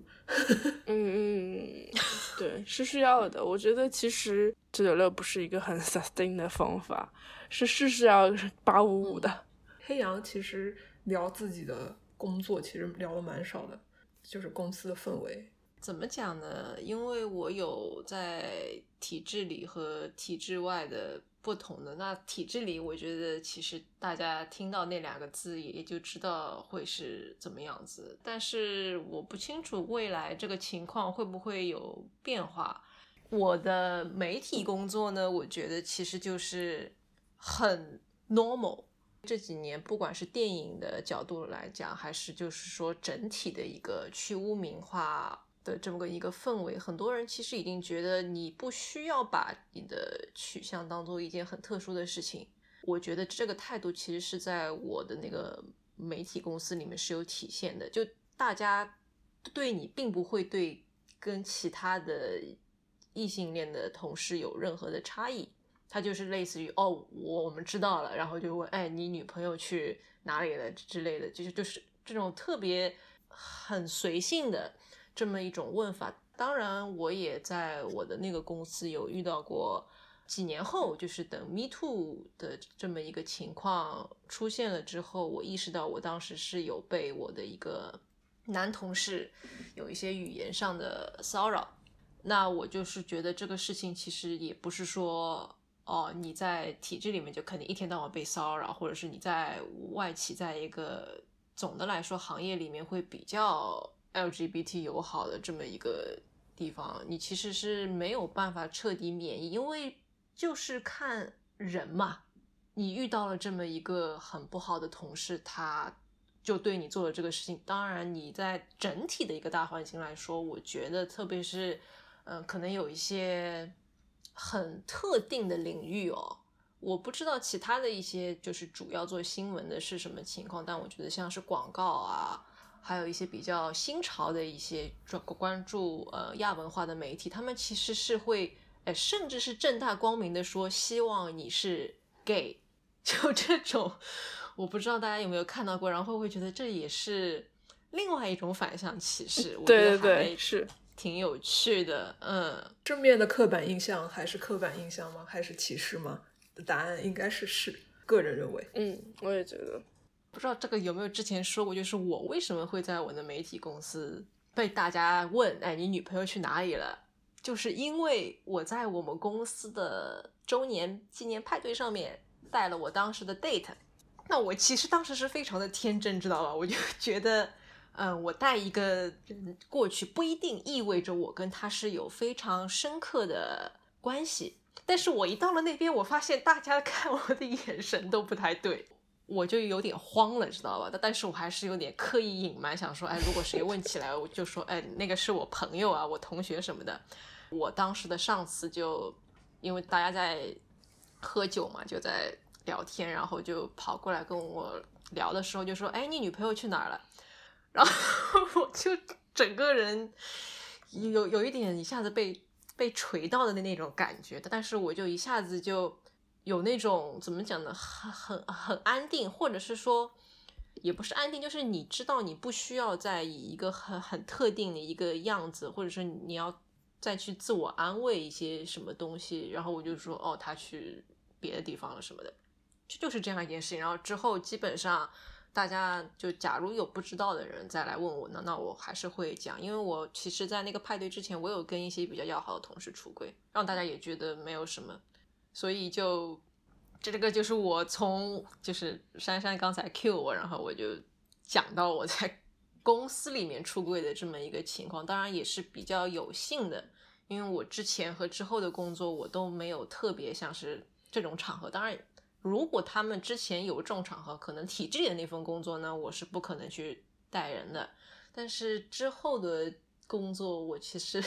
对，是需要的。我觉得其实996不是一个很 sustain 的方法，是要855的。 黑羊其实聊自己的工作其实聊的蛮少的，就是公司的氛围。 怎么讲呢？因为我有在体制里和体制外的不同的。那体制里我觉得其实大家听到那2个字也就知道会是怎么样子，但是我不清楚未来这个情况会不会有变化。我的媒体工作呢，我觉得其实就是很 normal。这几年不管是电影的角度来讲，还是就是说整体的一个去污名化的这么一个氛围，很多人其实已经觉得你不需要把你的取向当做一件很特殊的事情。我觉得这个态度其实是在我的那个媒体公司里面是有体现的，就大家对你并不会对跟其他的异性恋的同事有任何的差异，他就是类似于我们知道了，然后就问你女朋友去哪里了之类的，就是这种特别很随性的这么一种问法。当然我也在我的那个公司有遇到过，几年后就是等 Me Too 的这么一个情况出现了之后，我意识到我当时是有被我的一个男同事有一些语言上的骚扰。那我就是觉得这个事情其实也不是说你在体制里面就肯定一天到晚被骚扰，或者是你在外企在一个总的来说行业里面会比较 LGBT 友好的这么一个地方，你其实是没有办法彻底免疫，因为就是看人嘛。你遇到了这么一个很不好的同事，他就对你做了这个事情，当然你在整体的一个大环境来说，我觉得特别是可能有一些很特定的领域我不知道其他的一些就是主要做新闻的是什么情况，但我觉得像是广告啊，还有一些比较新潮的一些关注亚文化的媒体，他们其实是会甚至是正大光明的说希望你是 gay， 就这种我不知道大家有没有看到过，然后会不会觉得这也是另外一种反向歧视？ 对对对，是挺有趣的。 正面的刻板印象还是刻板印象吗？还是歧视吗？答案应该是个人认为。 我也觉得。 不知道这个有没有之前说过，就是我为什么会在我的媒体公司被大家问你女朋友去哪里了，就是因为我在我们公司的周年纪念派对上面带了我当时的 date。 那我其实当时是非常的天真，知道吧，我就觉得我带一个人过去不一定意味着我跟他是有非常深刻的关系，但是我一到了那边，我发现大家看我的眼神都不太对，我就有点慌了，知道吧？但是我还是有点刻意隐瞒，想说如果谁问起来，我就说那个是我朋友啊，我同学什么的。我当时的上司就因为大家在喝酒嘛，就在聊天，然后就跑过来跟我聊的时候就说你女朋友去哪儿了？然后我就整个人有一点一下子被锤到的那种感觉，但是我就一下子就有那种怎么讲呢，很安定，或者是说也不是安定，就是你知道你不需要再以一个很特定的一个样子，或者是你要再去自我安慰一些什么东西，然后我就说他去别的地方了什么的，就是这样一件事情。然后之后基本上大家就假如有不知道的人再来问我呢，那我还是会讲，因为我其实在那个派对之前，我有跟一些比较要好的同事出柜，让大家也觉得没有什么。所以就这个就是我从就是珊珊刚才 cue 我，然后我就讲到我在公司里面出柜的这么一个情况，当然也是比较有幸的，因为我之前和之后的工作我都没有特别像是这种场合，当然如果他们之前有这种场合，可能体制里的那份工作呢，我是不可能去带人的，但是之后的工作我其实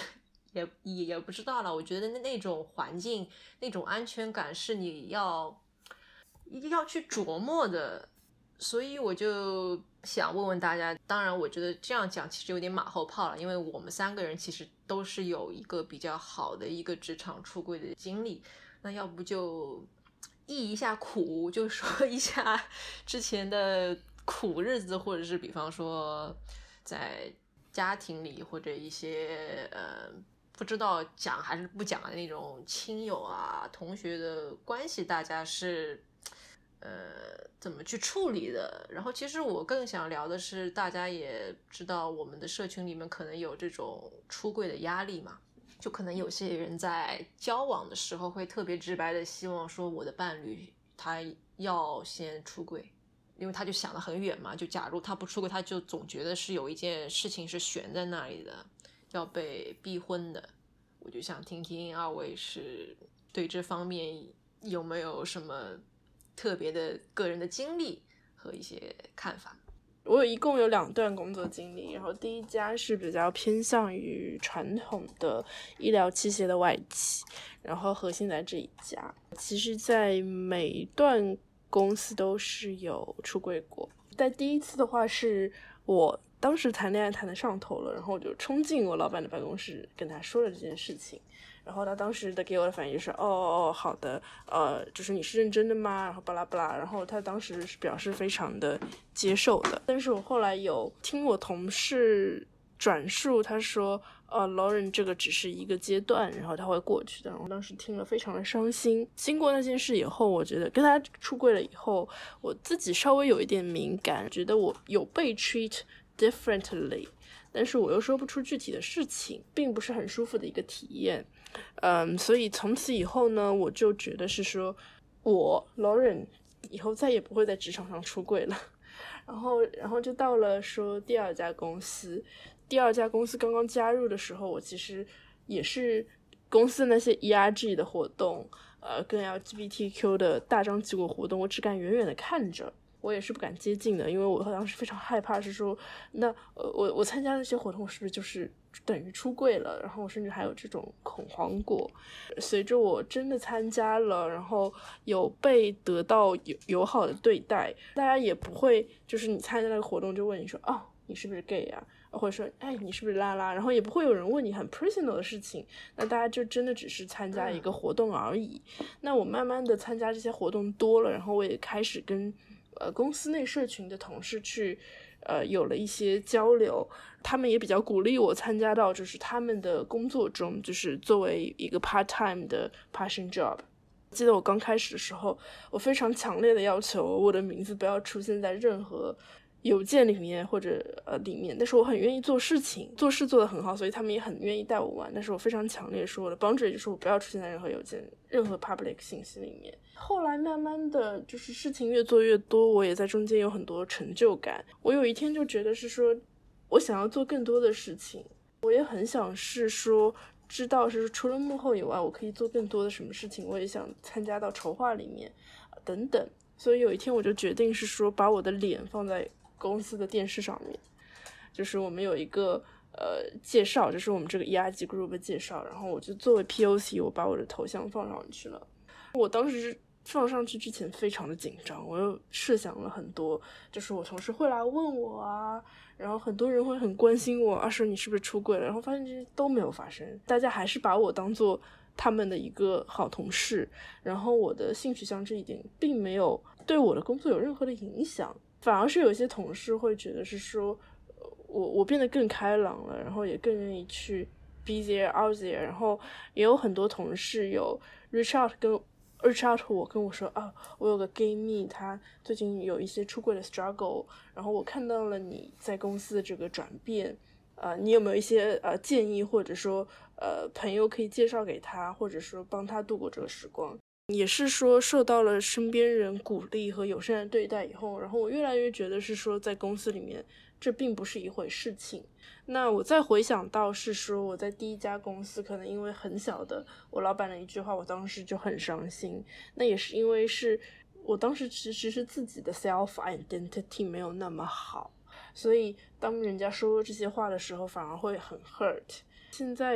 也不知道了。我觉得那种环境那种安全感是你要去琢磨的，所以我就想问问大家，当然我觉得这样讲其实有点马后炮了，因为我们3个人其实都是有一个比较好的一个职场出柜的经历，那要不就一下苦，就说一下之前的苦日子，或者是比方说在家庭里或者一些不知道讲还是不讲的那种亲友啊同学的关系，大家是怎么去处理的。然后其实我更想聊的是，大家也知道我们的社群里面可能有这种出柜的压力嘛，就可能有些人在交往的时候会特别直白的希望说我的伴侣他要先出柜，因为他就想得很远嘛，就假如他不出柜，他就总觉得是有一件事情是悬在那里的，要被逼婚的。我就想听听二位是对这方面有没有什么特别的个人的经历和一些看法。 我一共有2段工作经历，然后第一家是比较偏向于传统的医疗器械的外企，然后核心在这一家。其实在每一段公司都是有出柜过，但第一次的话是我当时谈恋爱谈得上头了，然后我就冲进我老板的办公室跟他说了这件事情，然后他当时给我的反应就是哦好的，就是你是认真的吗？然后巴拉巴拉，然后他当时是表示非常的接受的。但是我后来有听我同事转述，他说Lauren 这个只是一个阶段，然后他会过去的。然后当时听了非常的伤心。经过那件事以后，我觉得跟他出柜了以后，我自己稍微有一点敏感，觉得我有被 treat differently， 但是我又说不出具体的事情，并不是很舒服的一个体验。所以从此以后呢，我就觉得是说我 Lauren 以后再也不会在职场上出柜了。然后就到了说第2家公司。第2家公司刚刚加入的时候，我其实也是公司那些 ERG 的活动，跟 LGBTQ 的大张旗鼓活动，我只敢远远的看着，我也是不敢接近的，因为我当时非常害怕是说，那我参加那些活动是不是就是等于出柜了？然后我甚至还有这种恐慌过。随着我真的参加了，然后有被得到友好的对待，大家也不会就是你参加那个活动就问你说哦你是不是 gay 啊，或者说哎你是不是拉拉，然后也不会有人问你很 personal 的事情，那大家就真的只是参加一个活动而已。那我慢慢的参加这些活动多了，然后我也开始跟公司内社群的同事去有了一些交流，他们也比较鼓励我参加到就是他们的工作中，就是作为一个 part time 的 passion job。记得我刚开始的时候，我非常强烈的要求我的名字不要出现在任何邮件里面或者里面，但是我很愿意做事情，做事做得很好，所以他们也很愿意带我玩，但是我非常强烈说我的 boundary 就是我不要出现在任何邮件任何 public 信息里面。后来慢慢的就是事情越做越多，我也在中间有很多成就感，我有一天就觉得是说我想要做更多的事情，我也很想是说知道是除了幕后以外我可以做更多的什么事情，我也想参加到筹划里面等等。所以有一天我就决定是说把我的脸放在公司的电视上面，就是我们有一个介绍，就是我们这个 ERG group 的介绍，然后我就作为 POC 我把我的头像放上去了。我当时放上去之前非常的紧张，我又设想了很多，就是我同事会来问我啊，然后很多人会很关心我说你是不是出柜了，然后发现这些都没有发生，大家还是把我当做他们的一个好同事，然后我的性取向这一点并没有对我的工作有任何的影响，反而是有些同事会觉得是说我变得更开朗了，然后也更愿意去 be there out there， 然后也有很多同事有 reach out 我跟我说我有个 gay 蜜，他最近有一些出柜的 struggle， 然后我看到了你在公司的这个转变，你有没有一些建议，或者说朋友可以介绍给他，或者说帮他度过这个时光。也是说受到了身边人鼓励和友善的对待以后，然后我越来越觉得是说在公司里面这并不是一回事情。那我再回想到是说我在第1家公司可能因为很小的我老板的一句话，我当时就很伤心，那也是因为是我当时其实是自己的 self identity 没有那么好，所以当人家说这些话的时候反而会很 hurt。现在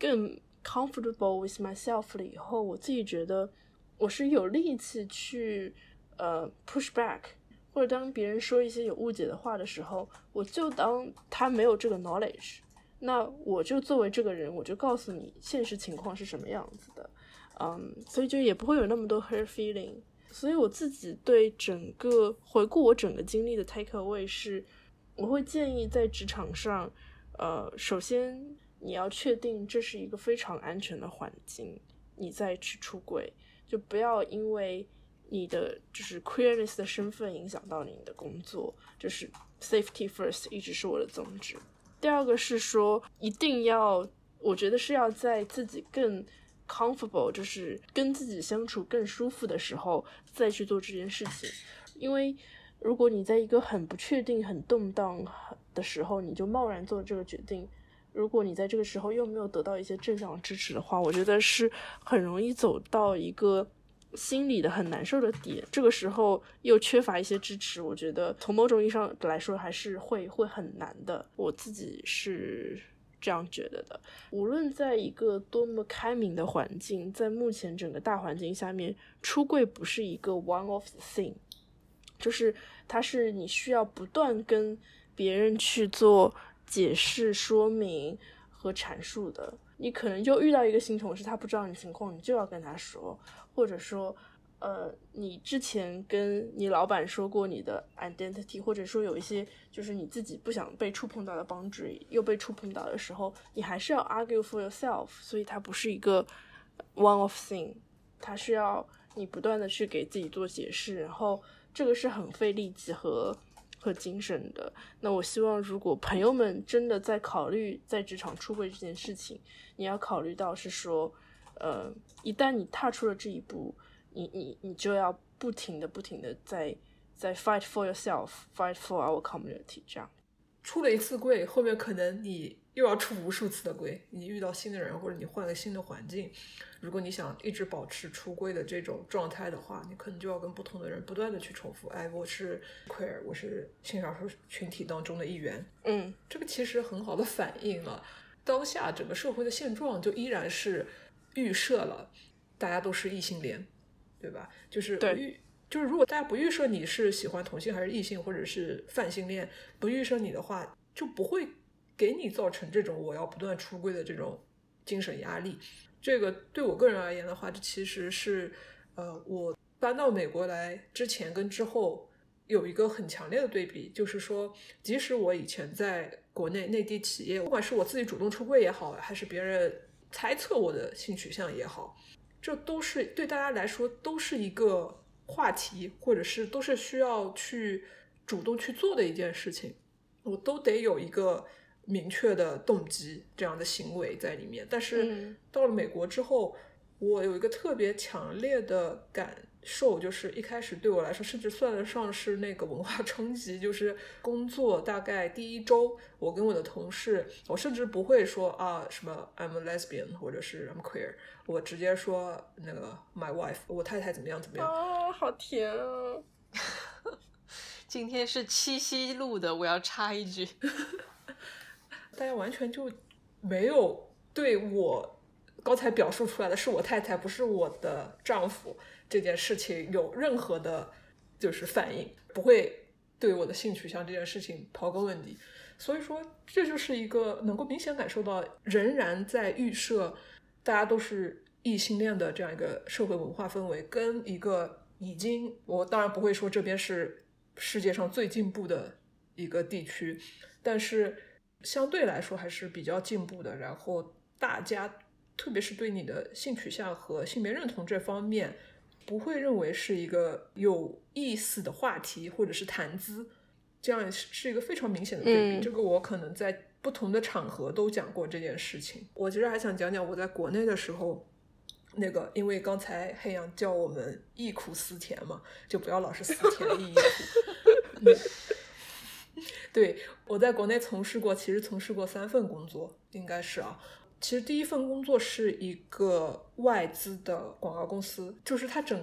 更 comfortable with myself 了以后，我自己觉得我是有力气去push back， 或者当别人说一些有误解的话的时候，我就当他没有这个 knowledge， 那我就作为这个人，我就告诉你现实情况是什么样子的，所以就也不会有那么多 hurt feeling。所以我自己对整个回顾我整个经历的 take away 是，我会建议在职场上，首先你要确定这是一个非常安全的环境，你再去出柜，就不要因为你的就是 queerness 的身份影响到你的工作，就是 safety first 一直是我的宗旨。第二个是说，一定要，我觉得是要在自己更comfortable， 就是跟自己相处更舒服的时候再去做这件事情。因为如果你在一个很不确定很动荡的时候你就贸然做这个决定，如果你在这个时候又没有得到一些正向的支持的话，我觉得是很容易走到一个心里的很难受的点，这个时候又缺乏一些支持，我觉得从某种意义上来说还是会很难的，我自己是这样觉得的。无论在一个多么开明的环境，在目前整个大环境下面，出柜不是一个 one of the thing， 就是它是你需要不断跟别人去做解释说明和阐述的。你可能就遇到一个新同事，他不知道你情况，你就要跟他说，或者说你之前跟你老板说过你的 identity， 或者说有一些就是你自己不想被触碰到的 boundary 又被触碰到的时候，你还是要 argue for yourself， 所以它不是一个 one of thing， 它需要你不断的去给自己做解释，然后这个是很费力气和精神的。那我希望如果朋友们真的在考虑在职场出柜这件事情，你要考虑到是说一旦你踏出了这一步，你就要不停的在 fight for yourself， fight for our community， 这样。 出了一次柜，后面可能你又要出无数次的柜，你遇到新的人或者你换个新的环境，如果你想一直保持出柜的这种状态的话，你可能就要跟不同的人不断的去重复，哎，我是 queer， 我是性少数群体当中的一员。这个其实很好的反映了当下整个社会的现状，就依然是预设了大家都是异性恋，对吧？就是如果大家不预设你是喜欢同性还是异性或者是泛性恋，不预设你的话，就不会给你造成这种我要不断出柜的这种精神压力。这个对我个人而言的话，这其实是我搬到美国来之前跟之后有一个很强烈的对比，就是说即使我以前在国内内地企业，不管是我自己主动出柜也好，还是别人猜测我的性取向也好，这都是对大家来说都是一个话题，或者是都是需要去主动去做的一件事情，我都得有一个明确的动机这样的行为在里面。但是到了美国之后，我有一个特别强烈的感受，就是一开始对我来说甚至算得上是那个文化冲击，就是工作大概第一周，我跟我的同事，我甚至不会说什么 I'm a lesbian 或者是 I'm queer， 我直接说那个 my wife， 我太太怎么样怎么样。 好甜啊。 今天是七夕录的，我要插一句大家完全就没有对我刚才表述出来的是我太太不是我的丈夫这件事情有任何的就是反应，不会对我的性取向这件事情刨根问底。所以说这就是一个能够明显感受到仍然在预设大家都是异性恋的这样一个社会文化氛围，跟一个已经，我当然不会说这边是世界上最进步的一个地区，但是相对来说还是比较进步的，然后大家特别是对你的性取向和性别认同这方面不会认为是一个有意思的话题或者是谈资，这样是一个非常明显的对比。这个我可能在不同的场合都讲过这件事情。我其实还想讲讲我在国内的时候，那个因为刚才黑羊叫我们忆苦思甜嘛，就不要老是思甜忆苦对，我在国内其实从事过3份工作，应该是其实第一份工作是一个外资的广告公司，就是它整个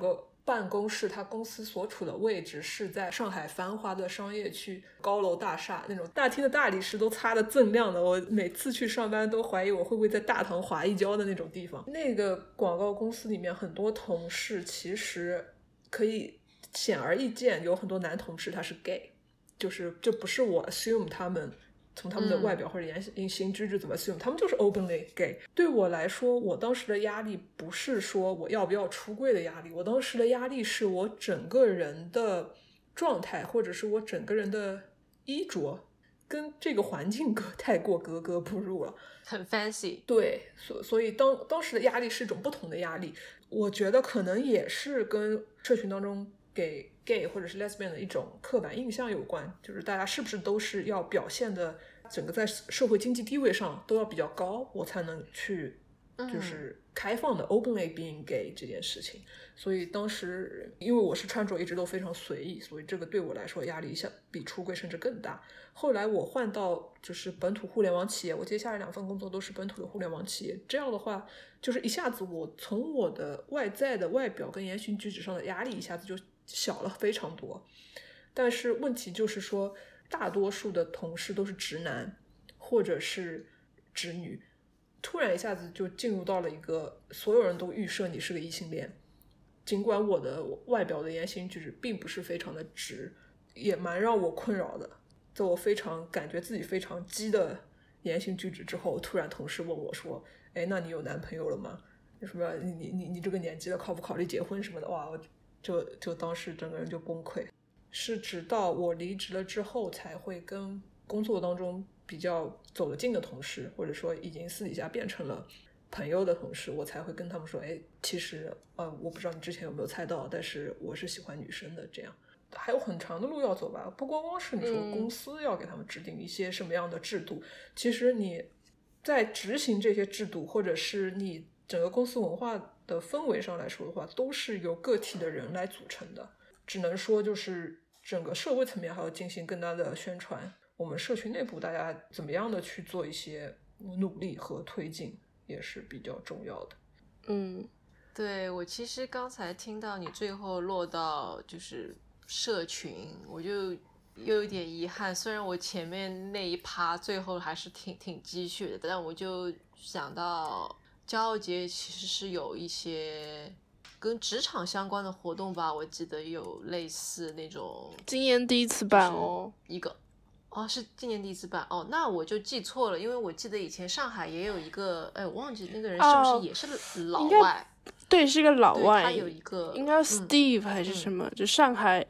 办公室他公司所处的位置是在上海繁华的商业区，高楼大厦，那种大厅的大理石都擦得锃亮的，我每次去上班都怀疑我会不会在大堂滑一跤的那种地方。那个广告公司里面很多同事其实可以显而易见有很多男同事他是 gay， 就是这不是我 assume 他们从他们的外表或者言行举止怎么 assume， 他们就是 openly gay。 对我来说，我当时的压力不是说我要不要出柜的压力，我当时的压力是我整个人的状态或者是我整个人的衣着跟这个环境太过格格不入了， 很 fancy。 对，所以当时的压力是一种不同的压力。我觉得可能也是跟社群当中给 gay 或者是 lesbian 的一种刻板印象有关，就是大家是不是都是要表现的整个在社会经济地位上都要比较高，我才能去就是开放的 openly being gay 这件事情。所以当时因为我是穿着一直都非常随意，所以这个对我来说压力比出柜甚至更大。后来我换到就是本土互联网企业，我接下来2份工作都是本土的互联网企业，这样的话就是一下子我从我的外在的外表跟言行举止上的压力一下子就小了非常多。但是问题就是说大多数的同事都是直男或者是直女，突然一下子就进入到了一个所有人都预设你是个异性恋，尽管我的外表的言行举止并不是非常的直，也蛮让我困扰的。在我非常感觉自己非常激的言行举止之后，突然同事问我说，哎，那你有男朋友了吗？什么你这个年纪了考不考虑结婚什么的。哇，我就当时整个人就崩溃。是直到我离职了之后，才会跟工作当中比较走得近的同事，或者说已经私底下变成了朋友的同事，我才会跟他们说，哎，其实我不知道你之前有没有猜到，但是我是喜欢女生的。这样还有很长的路要走吧，不光是你说公司要给他们制定一些什么样的制度，其实你在执行这些制度或者是你整个公司文化的氛围上来说的话，都是由个体的人来组成的。只能说就是整个社会层面还要进行更大的宣传，我们社群内部大家怎么样的去做一些努力和推进也是比较重要的。 对，我其实刚才听到你最后落到就是社群，我就又有点遗憾，虽然我前面那一趴最后还是挺鸡血的，但我就想到骄傲节其实是有一些跟职场相关的活动吧，我记得有类似那种今年第一次办哦， 一个是今年第一次办哦，那我就记错了，因为我记得以前上海也有一个，我忘记那个人是不是也是老外。 对，是个老外， 他有一个应该 Steve 还是什么，就上海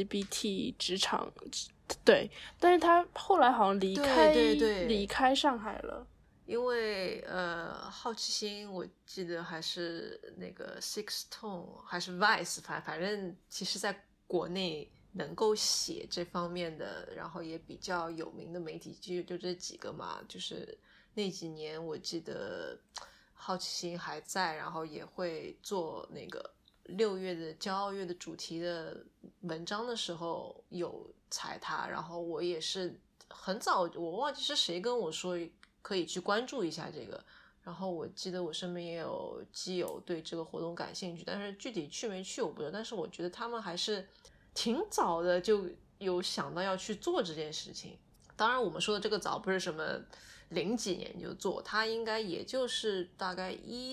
LGBT 职场，对，但是他后来好像离开上海了。 因为好奇心我记得还是那个 Six Tone 还是 Vice， 反正其实在国内能够写这方面的然后也比较有名的媒体就这几个嘛，就是那几年我记得好奇心还在，然后也会做那个6月的骄傲月的主题的文章的时候有采他，然后我也是很早我忘记是谁跟我说可以去关注一下这个，然后我记得我身边也有基友对这个活动感兴趣，但是具体去没去我不知道，但是我觉得他们还是挺早的就有想到要去做这件事情。当然我们说的这个早不是什么00几年就做，他应该也就是大概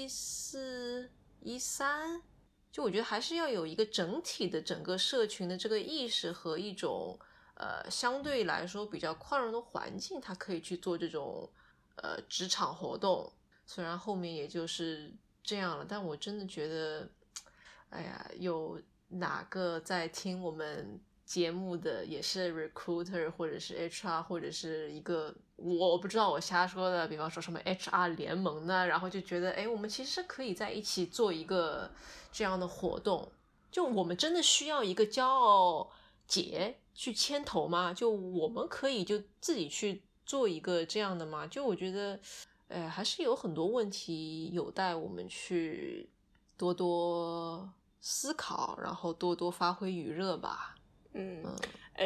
14、13，就我觉得还是要有一个整体的整个社群的这个意识和一种相对来说比较宽容的环境，他可以去做这种职场活动。虽然后面也就是这样了，但我真的觉得哎呀，有哪个在听我们节目的也是 recruiter 或者是 HR 或者是一个我不知道我瞎说的，比方说什么 HR 联盟呢，然后就觉得我们其实可以在一起做一个这样的活动，就我们真的需要一个骄傲节去牵头吗？就我们可以就自己去做一个这样的吗？就我觉得还是有很多问题有待我们去多多思考，然后多多发挥余热吧。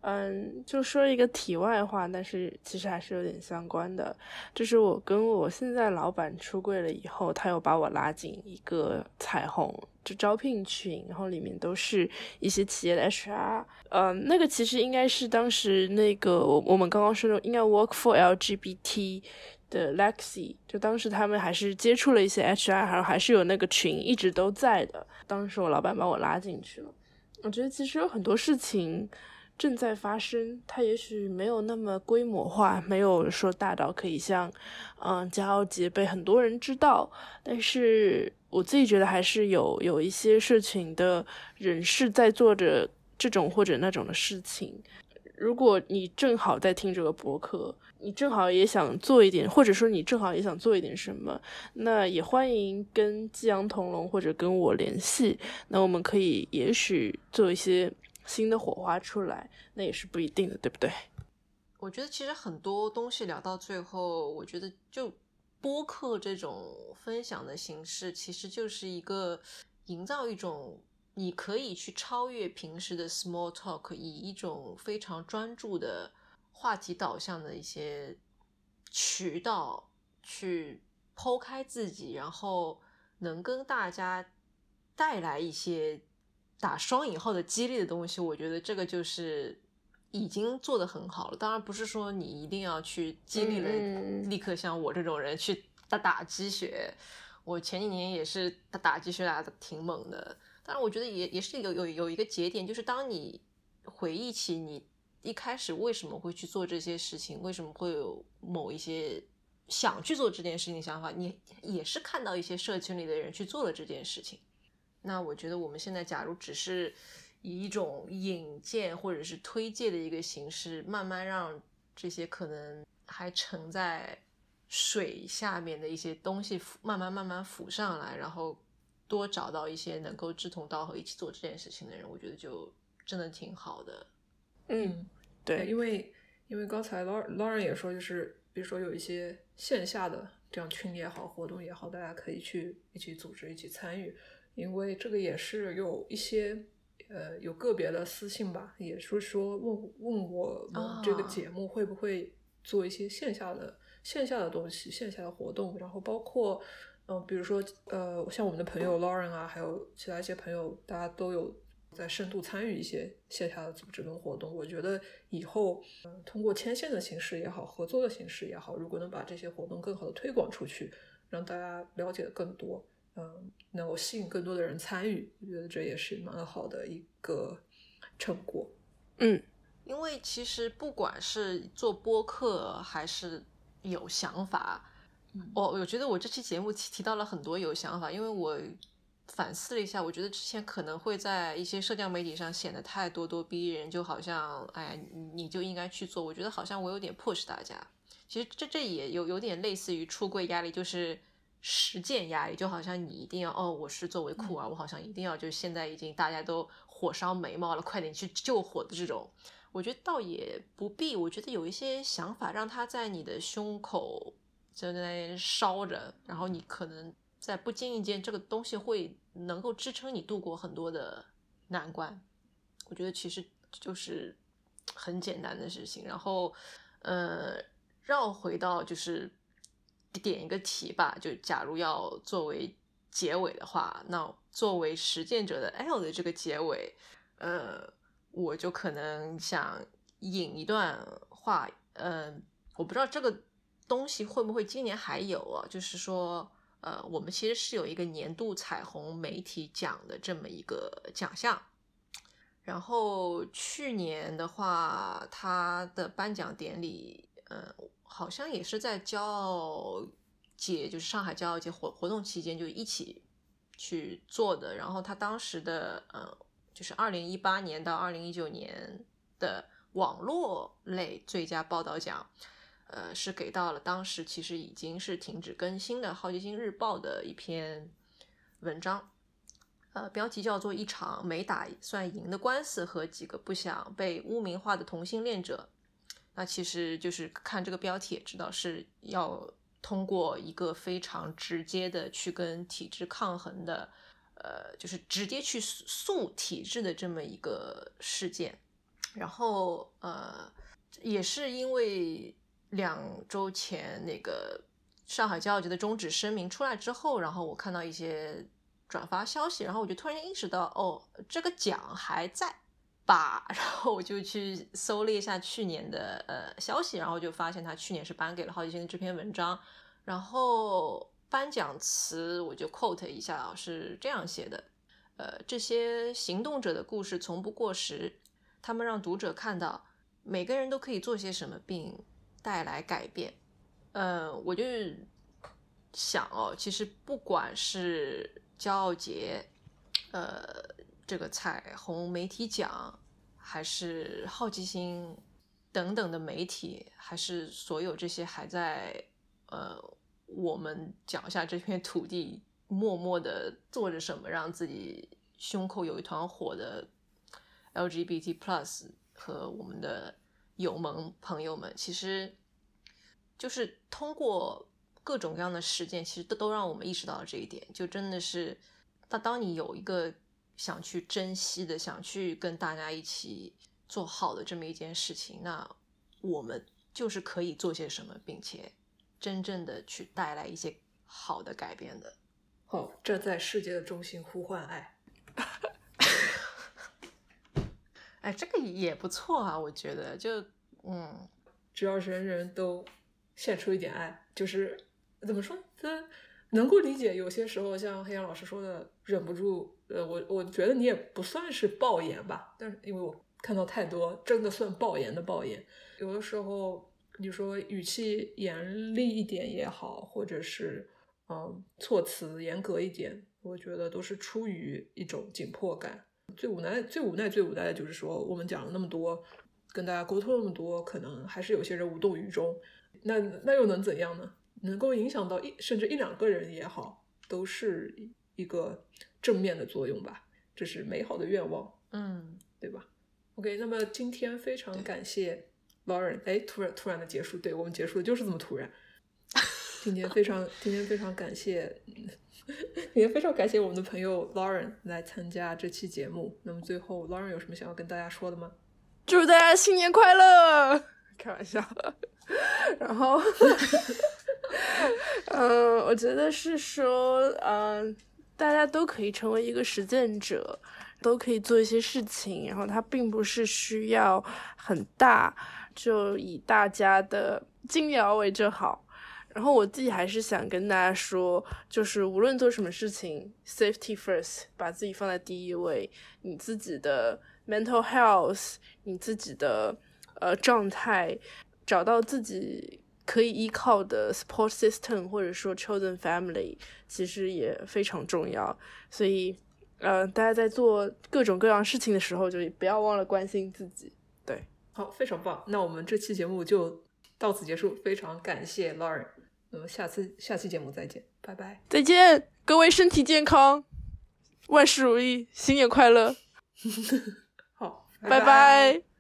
就说一个题外话，但是其实还是有点相关的。就是我跟我现在老板出柜了以后，他又把我拉进一个彩虹就招聘群，然后里面都是一些企业的 HR。那个其实应该是当时那个我们刚刚说的应该 Work for LGBT 的 Lexi， 就当时他们还是接触了一些 HR， 然后还是有那个群一直都在的。当时我老板把我拉进去了。我觉得其实有很多事情正在发生，它也许没有那么规模化，没有说大到可以像骄傲节被很多人知道，但是我自己觉得还是有一些社群的人士在做着这种或者那种的事情。如果你正好在听这个播客，你正好也想做一点，或者说你正好也想做一点什么，那也欢迎跟激昂同龙或者跟我联系，那我们可以也许做一些新的火花出来，那也是不一定的，对不对？ 我觉得其实很多东西聊到最后，我觉得就播客这种分享的形式，其实就是一个营造一种你可以去超越平时的 small talk， 以一种非常专注的话题导向的一些渠道去剖开自己，然后能跟大家带来一些打双引号的激励的东西。我觉得这个就是已经做得很好了。当然不是说你一定要去激励了立刻像我这种人去打鸡血，我前几年也是打鸡血打得挺猛的。当然我觉得也是有一个节点，就是当你回忆起你一开始为什么会去做这些事情，为什么会有某一些想去做这件事情的想法，你也是看到一些社群里的人去做了这件事情。那我觉得我们现在假如只是以一种引荐或者是推介的一个形式，慢慢让这些可能还沉在水下面的一些东西慢慢浮上来，然后多找到一些能够志同道合一起做这件事情的人，我觉得就真的挺好的。 对， 因为刚才 Lauren 也说，就是比如说有一些线下的这样群也好，活动也好，大家可以去一起组织，一起参与。因为这个也是有一些有个别的私信吧，也是说问我们这个节目会不会做一些线下的东西，线下的活动，然后包括比如说像我们的朋友 Lauren 啊，还有其他一些朋友，大家都有在深度参与一些线下的组织跟活动。我觉得以后通过牵线的形式也好，合作的形式也好，如果能把这些活动更好的推广出去，让大家了解的更多，能够吸引更多的人参与，我觉得这也是蛮好的一个成果。 因为其实不管是做播客还是有想法，我觉得我这期节目提到了很多有想法，因为我反思了一下，我觉得之前可能会在一些社交媒体上显得太咄咄逼人，就好像哎呀你就应该去做，我觉得好像我有点 push 大家。其实这也有点类似于出柜压力，就是实践压力，就好像你一定要我是作为酷儿，我好像一定要就现在已经大家都火烧眉毛了，快点去救火的这种。我觉得倒也不必，我觉得有一些想法让它在你的胸口在那烧着，然后你可能在不经意间这个东西会能够支撑你度过很多的难关。我觉得其实就是很简单的事情。然后绕回到就是点一个题吧，就假如要作为结尾的话，那作为实践者的 L 的这个结尾，我就可能想引一段话，我不知道这个东西会不会今年还有啊，就是说我们其实是有一个年度彩虹媒体奖的这么一个奖项，然后去年的话它的颁奖典礼好像也是在骄傲节，就是上海骄傲节活动期间就一起去做的，然后他当时的就是2018年到2019年的网络类最佳报道奖是给到了当时其实已经是停止更新的好奇心日报的一篇文章，标题叫做一场没打算赢的官司和几个不想被污名化的同性恋者。那其实就是看这个标题也知道是要通过一个非常直接的去跟体制抗衡的就是直接去诉体制的这么一个事件。 然后也是因为2周前那个上海骄傲节的终止声明出来之后，然后我看到一些转发消息，然后我就突然意识到，哦，这个奖还在吧，然后我就去搜了一下去年的消息，然后就发现他去年是颁给了好奇心的这篇文章，然后颁奖词我就 quote 一下，是这样写的，这些行动者的故事从不过时，他们让读者看到每个人都可以做些什么并带来改变。我就想哦，其实不管是骄傲节，这个彩虹媒体奖，还是好奇心等等的媒体，还是所有这些还在我们脚下这片土地默默的做着什么，让自己胸口有一团火的 LGBT+ 和我们的友盟朋友们，其实就是通过各种各样的事件，其实都让我们意识到了这一点，就真的是当你有一个想去珍惜的，想去跟大家一起做好的这么一件事情，那我们就是可以做些什么，并且真正的去带来一些好的改变的。 好，站在世界的中心呼唤爱。 哎，这个也不错啊，我觉得就只要人人都献出一点爱，就是怎么说，这能够理解。有些时候像黑羊老师说的，忍不住，我觉得你也不算是爆言吧，但是因为我看到太多真的算爆言的爆言，有的时候你说语气严厉一点也好，或者是措辞严格一点，我觉得都是出于一种紧迫感。最无奈的就是说，我们讲了那么多，跟大家沟通那么多，可能还是有些人无动于衷。那又能怎样呢？能够影响到甚至1-2个人也好，都是一个正面的作用吧，这是美好的愿望，对吧 ？OK， 那么今天非常感谢 Lauren， 突然的结束，对，我们结束的就是这么突然。今天非常感谢，今天非常感谢我们的朋友 Lauren 来参加这期节目。那么最后 Lauren 有什么想要跟大家说的吗？ 祝大家新年快乐！开玩笑。然后我觉得是说大家都可以成为一个实践者，都可以做一些事情，然后它并不是需要很大，就以大家的尽力而为就好。然后我自己还是想跟大家说，就是无论做什么事情 safety first， 把自己放在第一位，你自己的 mental health， 你自己的状态，找到自己可以依靠的 support system 或者说 chosen family 其实也非常重要。所以大家在做各种各样事情的时候，就不要忘了关心自己。对， 好，非常棒。那我们这期节目就到此结束，非常感谢 Lauren。下期节目再见，拜拜。 再见，各位身体健康，万事如意，新年快乐。 好， 拜拜。